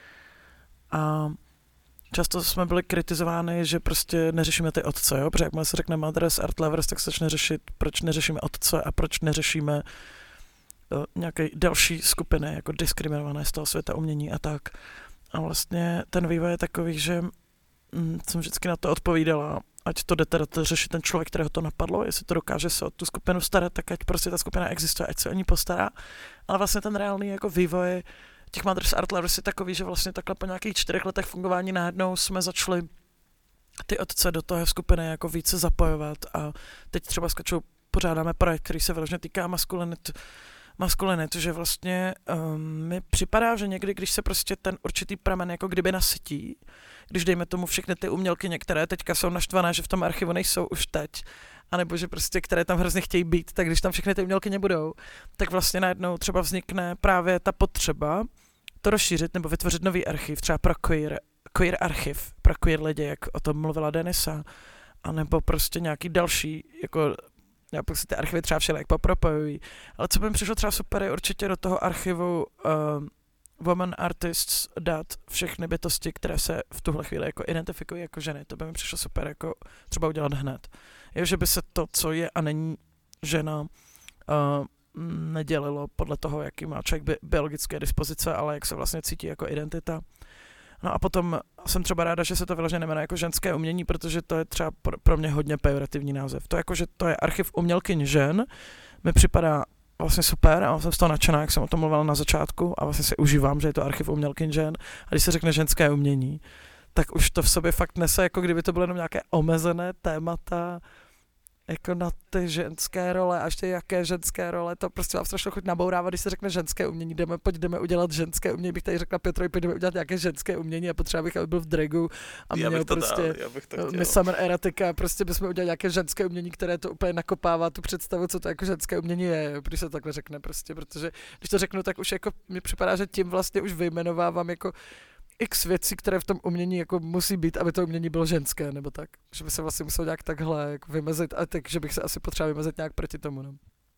A často jsme byli kritizováni, že prostě neřešíme ty otce, jo? Protože jakmile se řekne Mothers Art Lovers, tak se začne řešit, proč neřešíme otce a proč neřešíme nějaké další skupiny, jako diskriminované z toho světa umění a tak. A vlastně ten vývoj je takový, že jsem vždycky na to odpovídala, ať to jde teda řešit ten člověk, kterého to napadlo, jestli to dokáže se o tu skupinu starat, tak ať prostě ta skupina existuje, ať se o ní postará. Ale vlastně ten reálný jako vývoj těch Mothers Art Lovers je takový, že vlastně takhle po nějakých 4 letech fungování najednou jsme začali ty otce do toho skupiny jako více zapojovat a teď třeba pořádáme projekt, který se vyloženě týká maskulinitu, že vlastně mi připadá, že někdy, když se prostě ten určitý pramen jako kdyby nasytí, když dejme tomu všechny ty umělkyně, které teďka jsou naštvané, že v tom archivu nejsou už teď, anebo že prostě, které tam hrozně chtějí být, tak když tam všechny ty umělkyně budou, tak vlastně najednou třeba vznikne právě ta potřeba to rozšířit nebo vytvořit nový archiv, třeba pro queer archiv, pro queer lidi, jak o tom mluvila Denisa, anebo prostě nějaký další, jako já pak si ty archivy třeba všelijak popropojují. Ale co by mi přišlo třeba super, je určitě do toho archivu Women Artists dát všechny bytosti, které se v tuhle chvíli jako identifikují jako ženy. To by mi přišlo super jako třeba udělat hned. Je, že by se to, co je a není žena, nedělilo podle toho, jaký má člověk biologické dispozice, ale jak se vlastně cítí jako identita. No a potom jsem třeba ráda, že se to vyloženě jmenuje jako ženské umění, protože to je třeba pro mě hodně pejorativní název. To jako, že to je archiv umělkyň žen, mi připadá vlastně super a jsem z toho nadšená, jak jsem o tom mluvila na začátku a vlastně si užívám, že je to archiv umělkyň žen. A když se řekne ženské umění, tak už to v sobě fakt nese, jako kdyby to bylo jenom nějaké omezené témata, jako na ty ženské role, a ještě jaké ženské role, to prostě mám strašně chuť nabourávat, když se řekne ženské umění, jdeme udělat ženské umění, bych tady řekla Pětrovi, pojďme udělat nějaké ženské umění a potřeba bych, aby byl v dragu a měl prostě Miss Summer Erotica, prostě bychom udělali nějaké ženské umění, které to úplně nakopává tu představu, co to jako ženské umění je, když se takhle řekne prostě, protože když to řeknu, tak už jako mi připadá, že tím vlastně už vyjmenovávám jako x věcí, které v tom umění jako musí být, aby to umění bylo ženské, nebo tak. Že by se vlastně musel nějak takhle jako vymezit, a tak, že bych se asi potřeboval vymezit nějak proti tomu. No.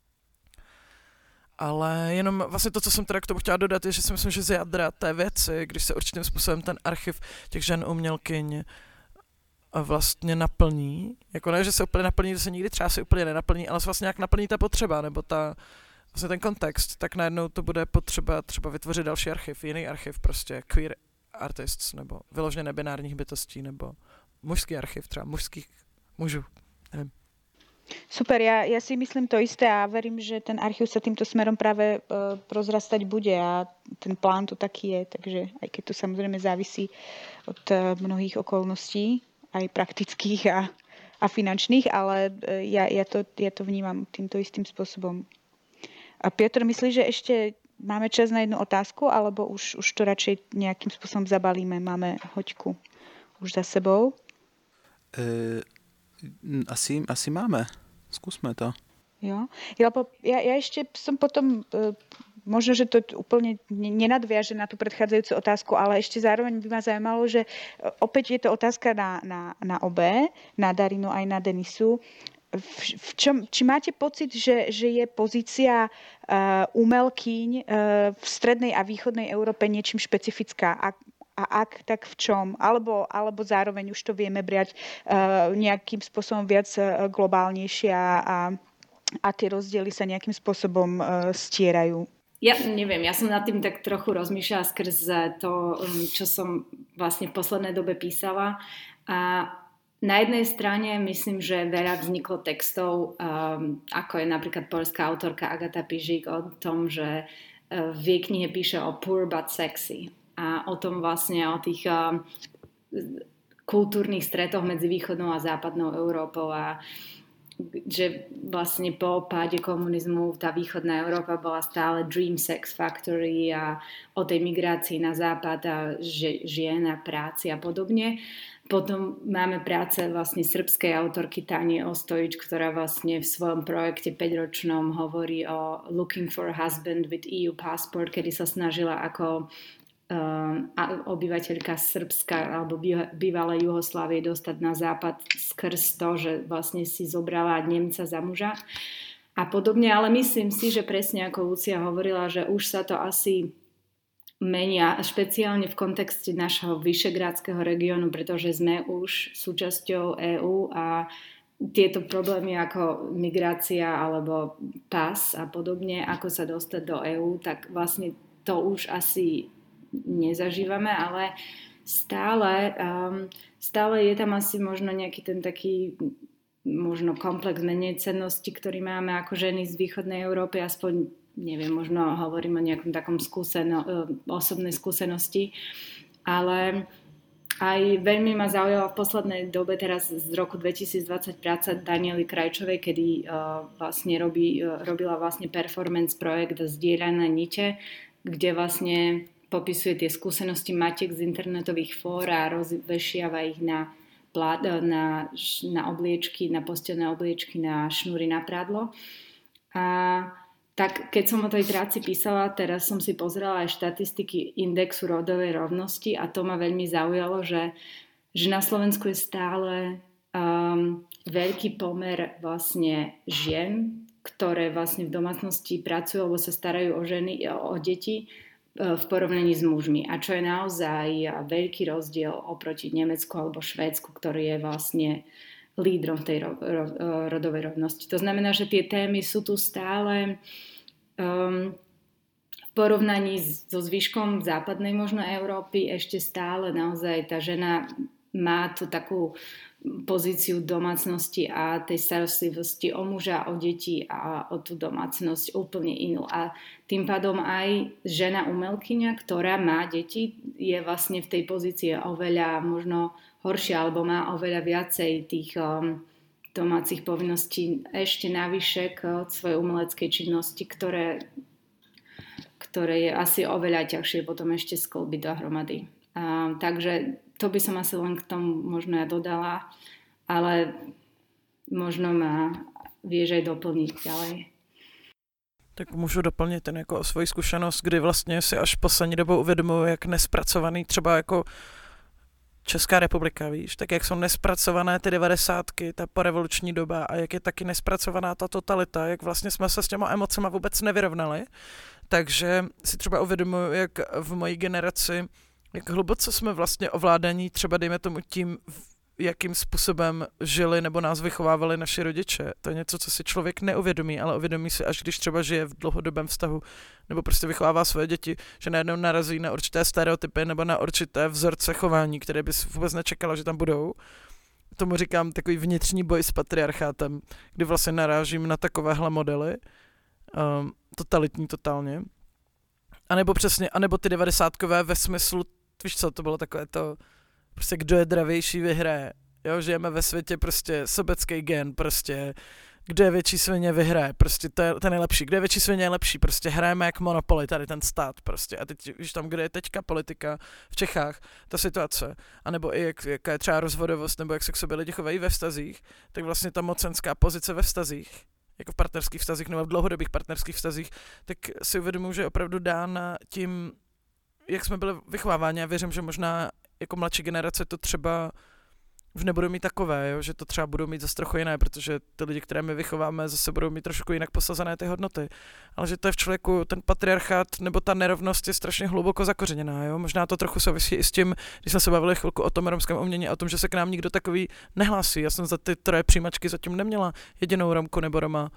Ale jenom vlastně to, co jsem teda k tomu chtěla dodat, je, že si myslím, že z jádra té věci, když se určitým způsobem ten archiv těch žen umělkyň vlastně naplní, jako ne, že se úplně naplní, že se nikdy třeba se úplně nenaplní, ale se vlastně nějak naplní ta potřeba, nebo vlastně ten kontext, tak najednou to bude potřeba třeba vytvořit další archiv, jiný archiv prostě queer artists, nebo vyloženě nebinárních bytostí, nebo mužský archiv, třeba mužských mužů. Nevím. Super, ja si myslím to isté a verím, že ten archív sa týmto smerom práve rozrastať bude a ten plán to taký je, takže aj keď to samozrejme závisí od mnohých okolností, aj praktických a finančných, ale ja to vnímam týmto istým spôsobom. A Piotr, myslíš, že ešte máme čas na jednu otázku, alebo už to radšej nejakým spôsobom zabalíme? Máme hoďku už za sebou? Asi máme. Skúsme to. Jo. Ja ešte som potom, možno, že to úplne nenadviaže na tú predchádzajúcu otázku, ale ešte zároveň by ma zaujímalo, že opäť je to otázka na obe, na Darinu aj na Denisu. Či máte pocit, že je pozícia umelkyň v strednej a východnej Európe niečím špecifická? A ak, tak v čom? Alebo zároveň už to vieme brať nejakým spôsobom viac globálnejšie a tie rozdiely sa nejakým spôsobom stierajú? Ja neviem, ja som nad tým tak trochu rozmýšľala skrze to, čo som vlastne v poslednej dobe písala. A na jednej strane myslím, že veľa vzniklo textov, ako je napríklad poľská autorka Agata Pižik o tom, že v jej knihe píše o poor but sexy. a o tom vlastne, o tých kultúrnych stretoch medzi východnou a západnou Európou a že vlastne po páde komunizmu tá východná Európa bola stále dream sex factory a o tej migrácii na západ a žien a práci a podobne. Potom máme práce vlastne srbskej autorky Tanie Ostojič, ktorá vlastne v svojom projekte 5-ročnom hovorí o Looking for a Husband with EU Passport, kedy sa snažila ako obyvateľka Srbska alebo bývalej Juhoslávie dostať na západ skrz to, že vlastne si zobrala Nemca za muža a podobne, ale myslím si, že presne ako Lucia hovorila, že už sa to asi menia, špeciálne v kontexte našho vyšegrádskeho regiónu, pretože sme už súčasťou EÚ a tieto problémy ako migrácia alebo pas a podobne, ako sa dostať do EÚ, tak vlastne to už asi nezažívame, ale stále je tam asi možno nejaký ten taký možno komplex menej cennosti, ktorý máme ako ženy z východnej Európy, aspoň neviem, možno hovorím o nejakom takom osobnej skúsenosti, ale aj veľmi ma zaujala v poslednej dobe teraz z roku 2020 práca Daniely Krajčovej, kedy vlastne robila vlastne performance projekt Zdieľané nite, kde vlastne popisuje tie skúsenosti matiek z internetových fór a rozvešiava ich na obliečky, na postelné obliečky, na šnúry na prádlo. A tak keď som o tej práci písala, teraz som si pozrela aj štatistiky indexu rodovej rovnosti a to ma veľmi zaujalo, že na Slovensku je stále veľký pomer vlastne žien, ktoré vlastne v domácnosti pracujú alebo sa starajú o ženy, o deti, v porovnaní s mužmi. A čo je naozaj veľký rozdiel oproti Nemecku alebo Švédsku, ktorý je vlastne lídrom v tej rodovej rovnosti. To znamená, že tie témy sú tu stále v porovnaní so zvyškom západnej možno Európy ešte stále naozaj tá žena má tu takú pozíciu domácnosti a tej starostlivosti o muža, o deti a o tú domácnosť úplne inú. A tým pádom aj žena umelkyňa, ktorá má deti, je vlastne v tej pozícii oveľa možno horšia alebo má oveľa viacej tých domácich povinností ešte navyše k svojej umeleckej činnosti, ktoré je asi oveľa ťažšie potom ešte sklbiť dohromady. Takže to by som asi len k tomu možno ja dodala, ale možno ma vieš aj doplniť ďalej. Tak můžu doplnit ten jako svoji zkušenost, kdy vlastně si až poslední dobou uvědomuji, jak nespracovaný třeba jako Česká republika, víš, tak jak jsou nespracované ty 90, ta porevoluční doba a jak je taky nespracovaná ta totalita, jak vlastně jsme se s těma emocema vůbec nevyrovnali. Takže si třeba uvědomuji, jak v mojí generaci jak hluboce jsme vlastně ovládaní třeba dejme tomu tím, jakým způsobem žili nebo nás vychovávali naši rodiče. To je něco, co si člověk neuvědomí, ale uvědomí si, až když třeba žije v dlouhodobém vztahu nebo prostě vychovává své děti, že najednou narazí na určité stereotypy nebo na určité vzorce chování, které by si vůbec nečekala, že tam budou. Tomu říkám takový vnitřní boj s patriarchátem, kdy vlastně narážím na takovéhle modely, totalitní totálně. Anebo ty 90kové ve smyslu, víš co, to bylo takové to, prostě kdo je dravější vyhraje, jo, žijeme ve světě prostě sobecký gen, prostě kdo je větší svině vyhraje, prostě to je ten nejlepší, kdo je větší svině je lepší, prostě hrajeme jak Monopoly, tady ten stát prostě a teď, víš tam, kde je teďka politika v Čechách, ta situace, anebo i jaká je třeba rozvodovost, nebo jak se k sobě lidi chovají ve vztazích, tak vlastně ta mocenská pozice ve vztazích, jako v partnerských vztazích nebo v dlouhodobých partnerských vztazích, tak si uvědomuji, že je opravdu dána tím, jak jsme byli vychováváni a věřím, že možná jako mladší generace to třeba už nebudou mít takové, jo? Že to třeba budou mít zase trochu jiné, protože ty lidi, které my vychováme, zase budou mít trošku jinak posazené ty hodnoty. Ale že to je v člověku, ten patriarchát nebo ta nerovnost je strašně hluboko zakořeněná. Jo? Možná to trochu souvisí i s tím, když jsme se bavili chvilku o tom romském umění a o tom, že se k nám nikdo takový nehlásí. Já jsem za ty 3 přijímačky zatím neměla jedinou Romku nebo Roma,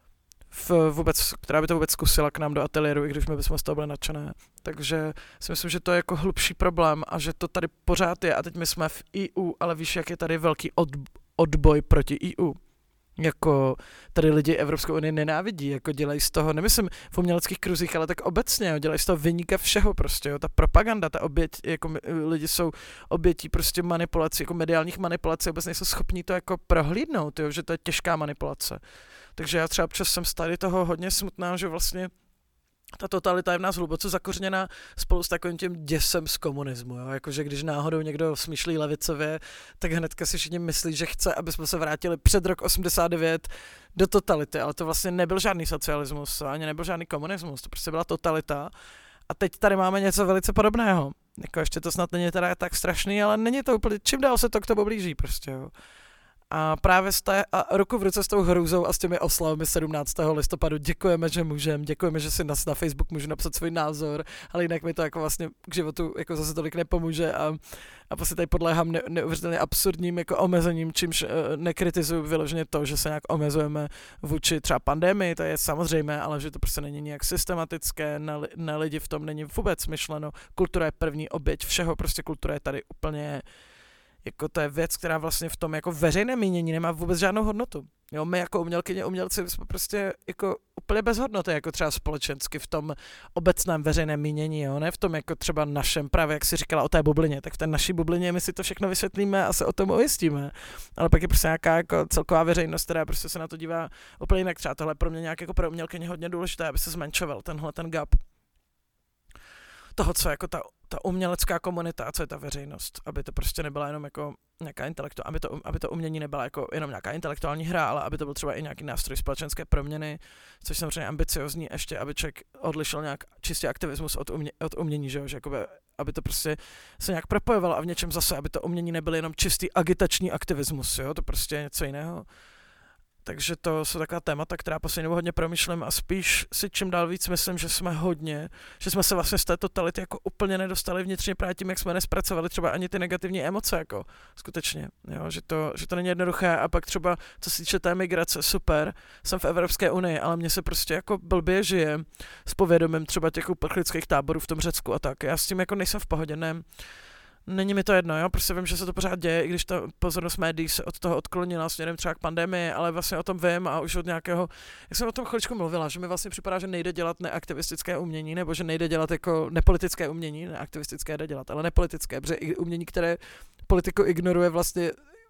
která by to vůbec zkusila k nám do ateliéru, i když my bychom z toho byli nadšené. Takže si myslím, že to je jako hlubší problém a že to tady pořád je a teď my jsme v EU, ale víš, jak je tady velký odboj proti EU. jako tady lidi Evropskou unii nenávidí, jako dělají z toho, nemyslím v uměleckých kruzích, ale tak obecně, jo, dělají z toho viníka všeho prostě, jo, ta propaganda, ta oběť, jako lidi jsou obětí prostě manipulací, jako mediálních manipulací, vůbec nejsou schopní to jako prohlídnout, jo, že to je těžká manipulace. Takže já třeba občas jsem z tady toho hodně smutná, že vlastně ta totalita je v nás hluboce zakořeněná spolu s takovým tím děsem z komunismu. Jo? Jakože když náhodou někdo smýšlí levicově, tak hnedka si všichni myslí, že chce, aby jsme se vrátili před rok 89 do totality, ale to vlastně nebyl žádný socialismus, ani nebyl žádný komunismus, to prostě byla totalita. A teď tady máme něco velice podobného. Jako ještě to snad není teda tak strašný, ale není to úplně, čím dál se to k tomu blíží prostě, jo. A právě a ruku v ruce s tou hrůzou a s těmi oslavami 17. listopadu děkujeme, že můžeme, děkujeme, že si na Facebook můžu napsat svůj názor, ale jinak mi to jako vlastně k životu jako zase tolik nepomůže a prostě tady podléhám neuvěřitelně absurdním jako omezením, čímž nekritizuju vyloženě to, že se nějak omezujeme vůči třeba pandemii, to je samozřejmé, ale že to prostě není nějak systematické, na lidi v tom není vůbec myšleno. Kultura je první oběť všeho, prostě kultura je tady úplně jako to je věc, která vlastně v tom jako veřejné mínění nemá vůbec žádnou hodnotu. Jo, my jako umělkyně, umělci jsme prostě jako úplně bez hodnoty, jako třeba společensky v tom obecném veřejném mínění, jo, ne v tom jako třeba našem, právě jak si říkala o té bublině, tak v té naší bublině my si to všechno vysvětlíme a se o tom ujistíme. Ale pak je prostě nějaká jako celková veřejnost, která prostě se na to dívá úplně jinak. Třeba tohle pro mě nějak jako pro umělkyně hodně důležité, aby se zmenšoval ten gap toho, co jako ta umělecká komunita a co je ta veřejnost, aby to prostě nebyla jenom jako nějaká aby to umění nebyla jako jenom nějaká intelektuální hra, ale aby to byl třeba i nějaký nástroj společenské proměny, což samozřejmě ambiciozní ještě, aby člověk odlišil nějak čistě aktivismus od umění, že jakoby, aby to prostě se nějak propojovalo a v něčem zase, aby to umění nebylo jenom čistý agitační aktivismus, jo, to prostě je něco jiného. Takže to jsou taková témata, která poslední dobou hodně promýšlím a spíš si čím dál víc myslím, že jsme se vlastně z té totality jako úplně nedostali vnitřně právě tím, jak jsme nespracovali třeba ani ty negativní emoce, jako skutečně, jo, že to není jednoduché a pak třeba, co se týče té migrace, super, jsem v Evropské unii, ale mně se prostě jako blbě žije s povědomím třeba těch uprchlických táborů v tom Řecku a tak, já s tím jako nejsem v pohodě, ne. Není mi to jedno, jo, prostě vím, že se to pořád děje, i když ta pozornost médií se od toho odklonila směrem třeba k pandemii, ale vlastně o tom vím a už od nějakého, jak jsem o tom chviličku mluvila, že mi vlastně připadá, že nejde dělat neaktivistické umění, nebo že nejde dělat jako nepolitické umění, neaktivistické jde dělat, ale nepolitické, protože umění, které politiku ignoruje vlastně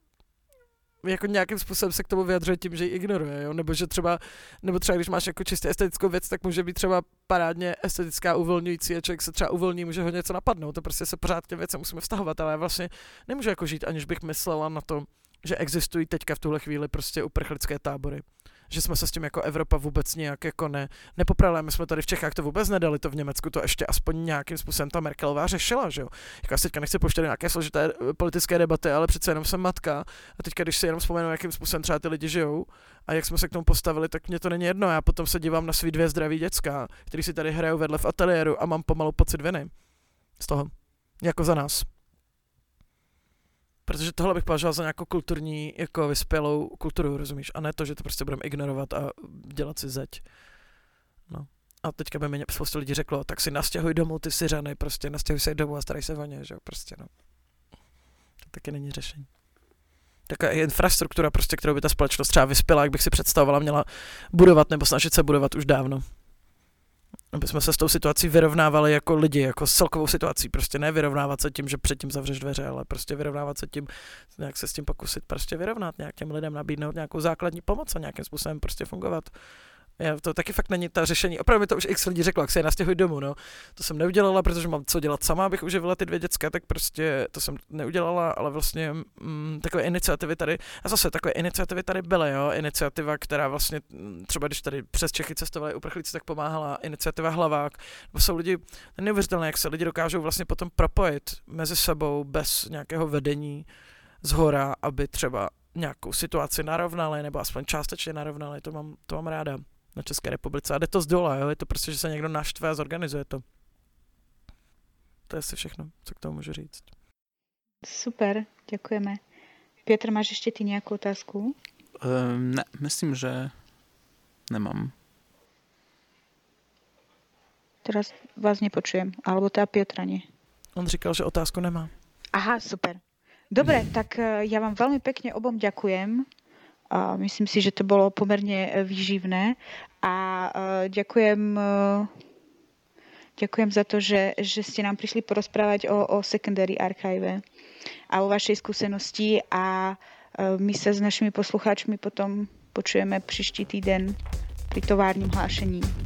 jako nějakým způsobem se k tomu vyjadřuje tím, že ji ignoruje, jo? Nebo třeba když máš jako čistě estetickou věc, tak může být třeba parádně estetická uvolňující a člověk se třeba uvolní, může ho něco napadnout, to prostě se pořád těm věcem musíme vztahovat, ale já vlastně nemůžu jako žít, aniž bych myslela na to, že existují teďka v tuhle chvíli prostě uprchlické tábory. Že jsme se s tím jako Evropa vůbec nějak jako nepoprali. My jsme tady v Čechách to vůbec nedali, to v Německu to ještě aspoň nějakým způsobem ta Merkelová řešila, že jo. Jako já teďka nechci pouštět nějaké složité politické debaty, ale přece jenom jsem matka a teďka, když si jenom vzpomenu, jakým způsobem třeba ty lidi žijou a jak jsme se k tomu postavili, tak mě to není jedno. Já potom se dívám na svý 2 zdraví děcka, který si tady hrajou vedle v ateliéru a mám pomalu pocit viny z toho, jako za nás. Protože tohle bych považoval za nějakou kulturní, jako vyspělou kulturu, rozumíš? A ne to, že to prostě budeme ignorovat a dělat si zeď. No. A teďka by mi spoustu lidí řeklo, tak si nastěhuj domů ty Syřany, prostě nastěhuj se domů a starej se o ně, že jo, prostě no. To taky není řešení. Taková infrastruktura prostě, kterou by ta společnost třeba vyspěla, jak bych si představovala, měla budovat nebo snažit se budovat už dávno. Aby jsme se s tou situací vyrovnávali jako lidi, jako s celkovou situací, prostě ne vyrovnávat se tím, že předtím zavřeš dveře, ale prostě vyrovnávat se tím, nějak se s tím pokusit prostě vyrovnat, nějak těm lidem nabídnout nějakou základní pomoc a nějakým způsobem prostě fungovat. To taky fakt není ta řešení. Opravdu mi to už x lidí řeklo, jak se je nastěhuj domů, no. To jsem neudělala, protože mám co dělat sama, abych uživila ty 2 děcka, tak prostě to jsem neudělala, ale vlastně takové iniciativy tady, a zase takové iniciativy tady byly, jo. Iniciativa, která vlastně třeba když tady přes Čechy cestovali uprchlíci, tak pomáhala iniciativa Hlavák. Nebo jsou lidi neuvěřitelné, jak se lidi dokážou vlastně potom propojit mezi sebou bez nějakého vedení zhora, aby třeba nějakou situaci narovnali, nebo aspoň částečně narovnali, to mám ráda na České republice. A jde to z dola, jo? Je to prostě, že se někdo naštve a zorganizuje to. To je asi všechno, co k tomu můžu říct. Super, děkujeme. Piotr, máš ještě ty nějakou otázku? Ne, myslím, že nemám. Teraz vás nepočujem, alebo teda Piotra nie. On říkal, že otázku nemá. Aha, super. Dobre, tak ja vám veľmi pekne obom ďakujem Myslím si, že to bolo pomerne výživné a ďakujem za to, že ste nám prišli porozprávať o Secondary Archive a o vašej skúsenosti a my sa s našimi poslucháčmi potom počujeme příští týden pri továrním hlášení.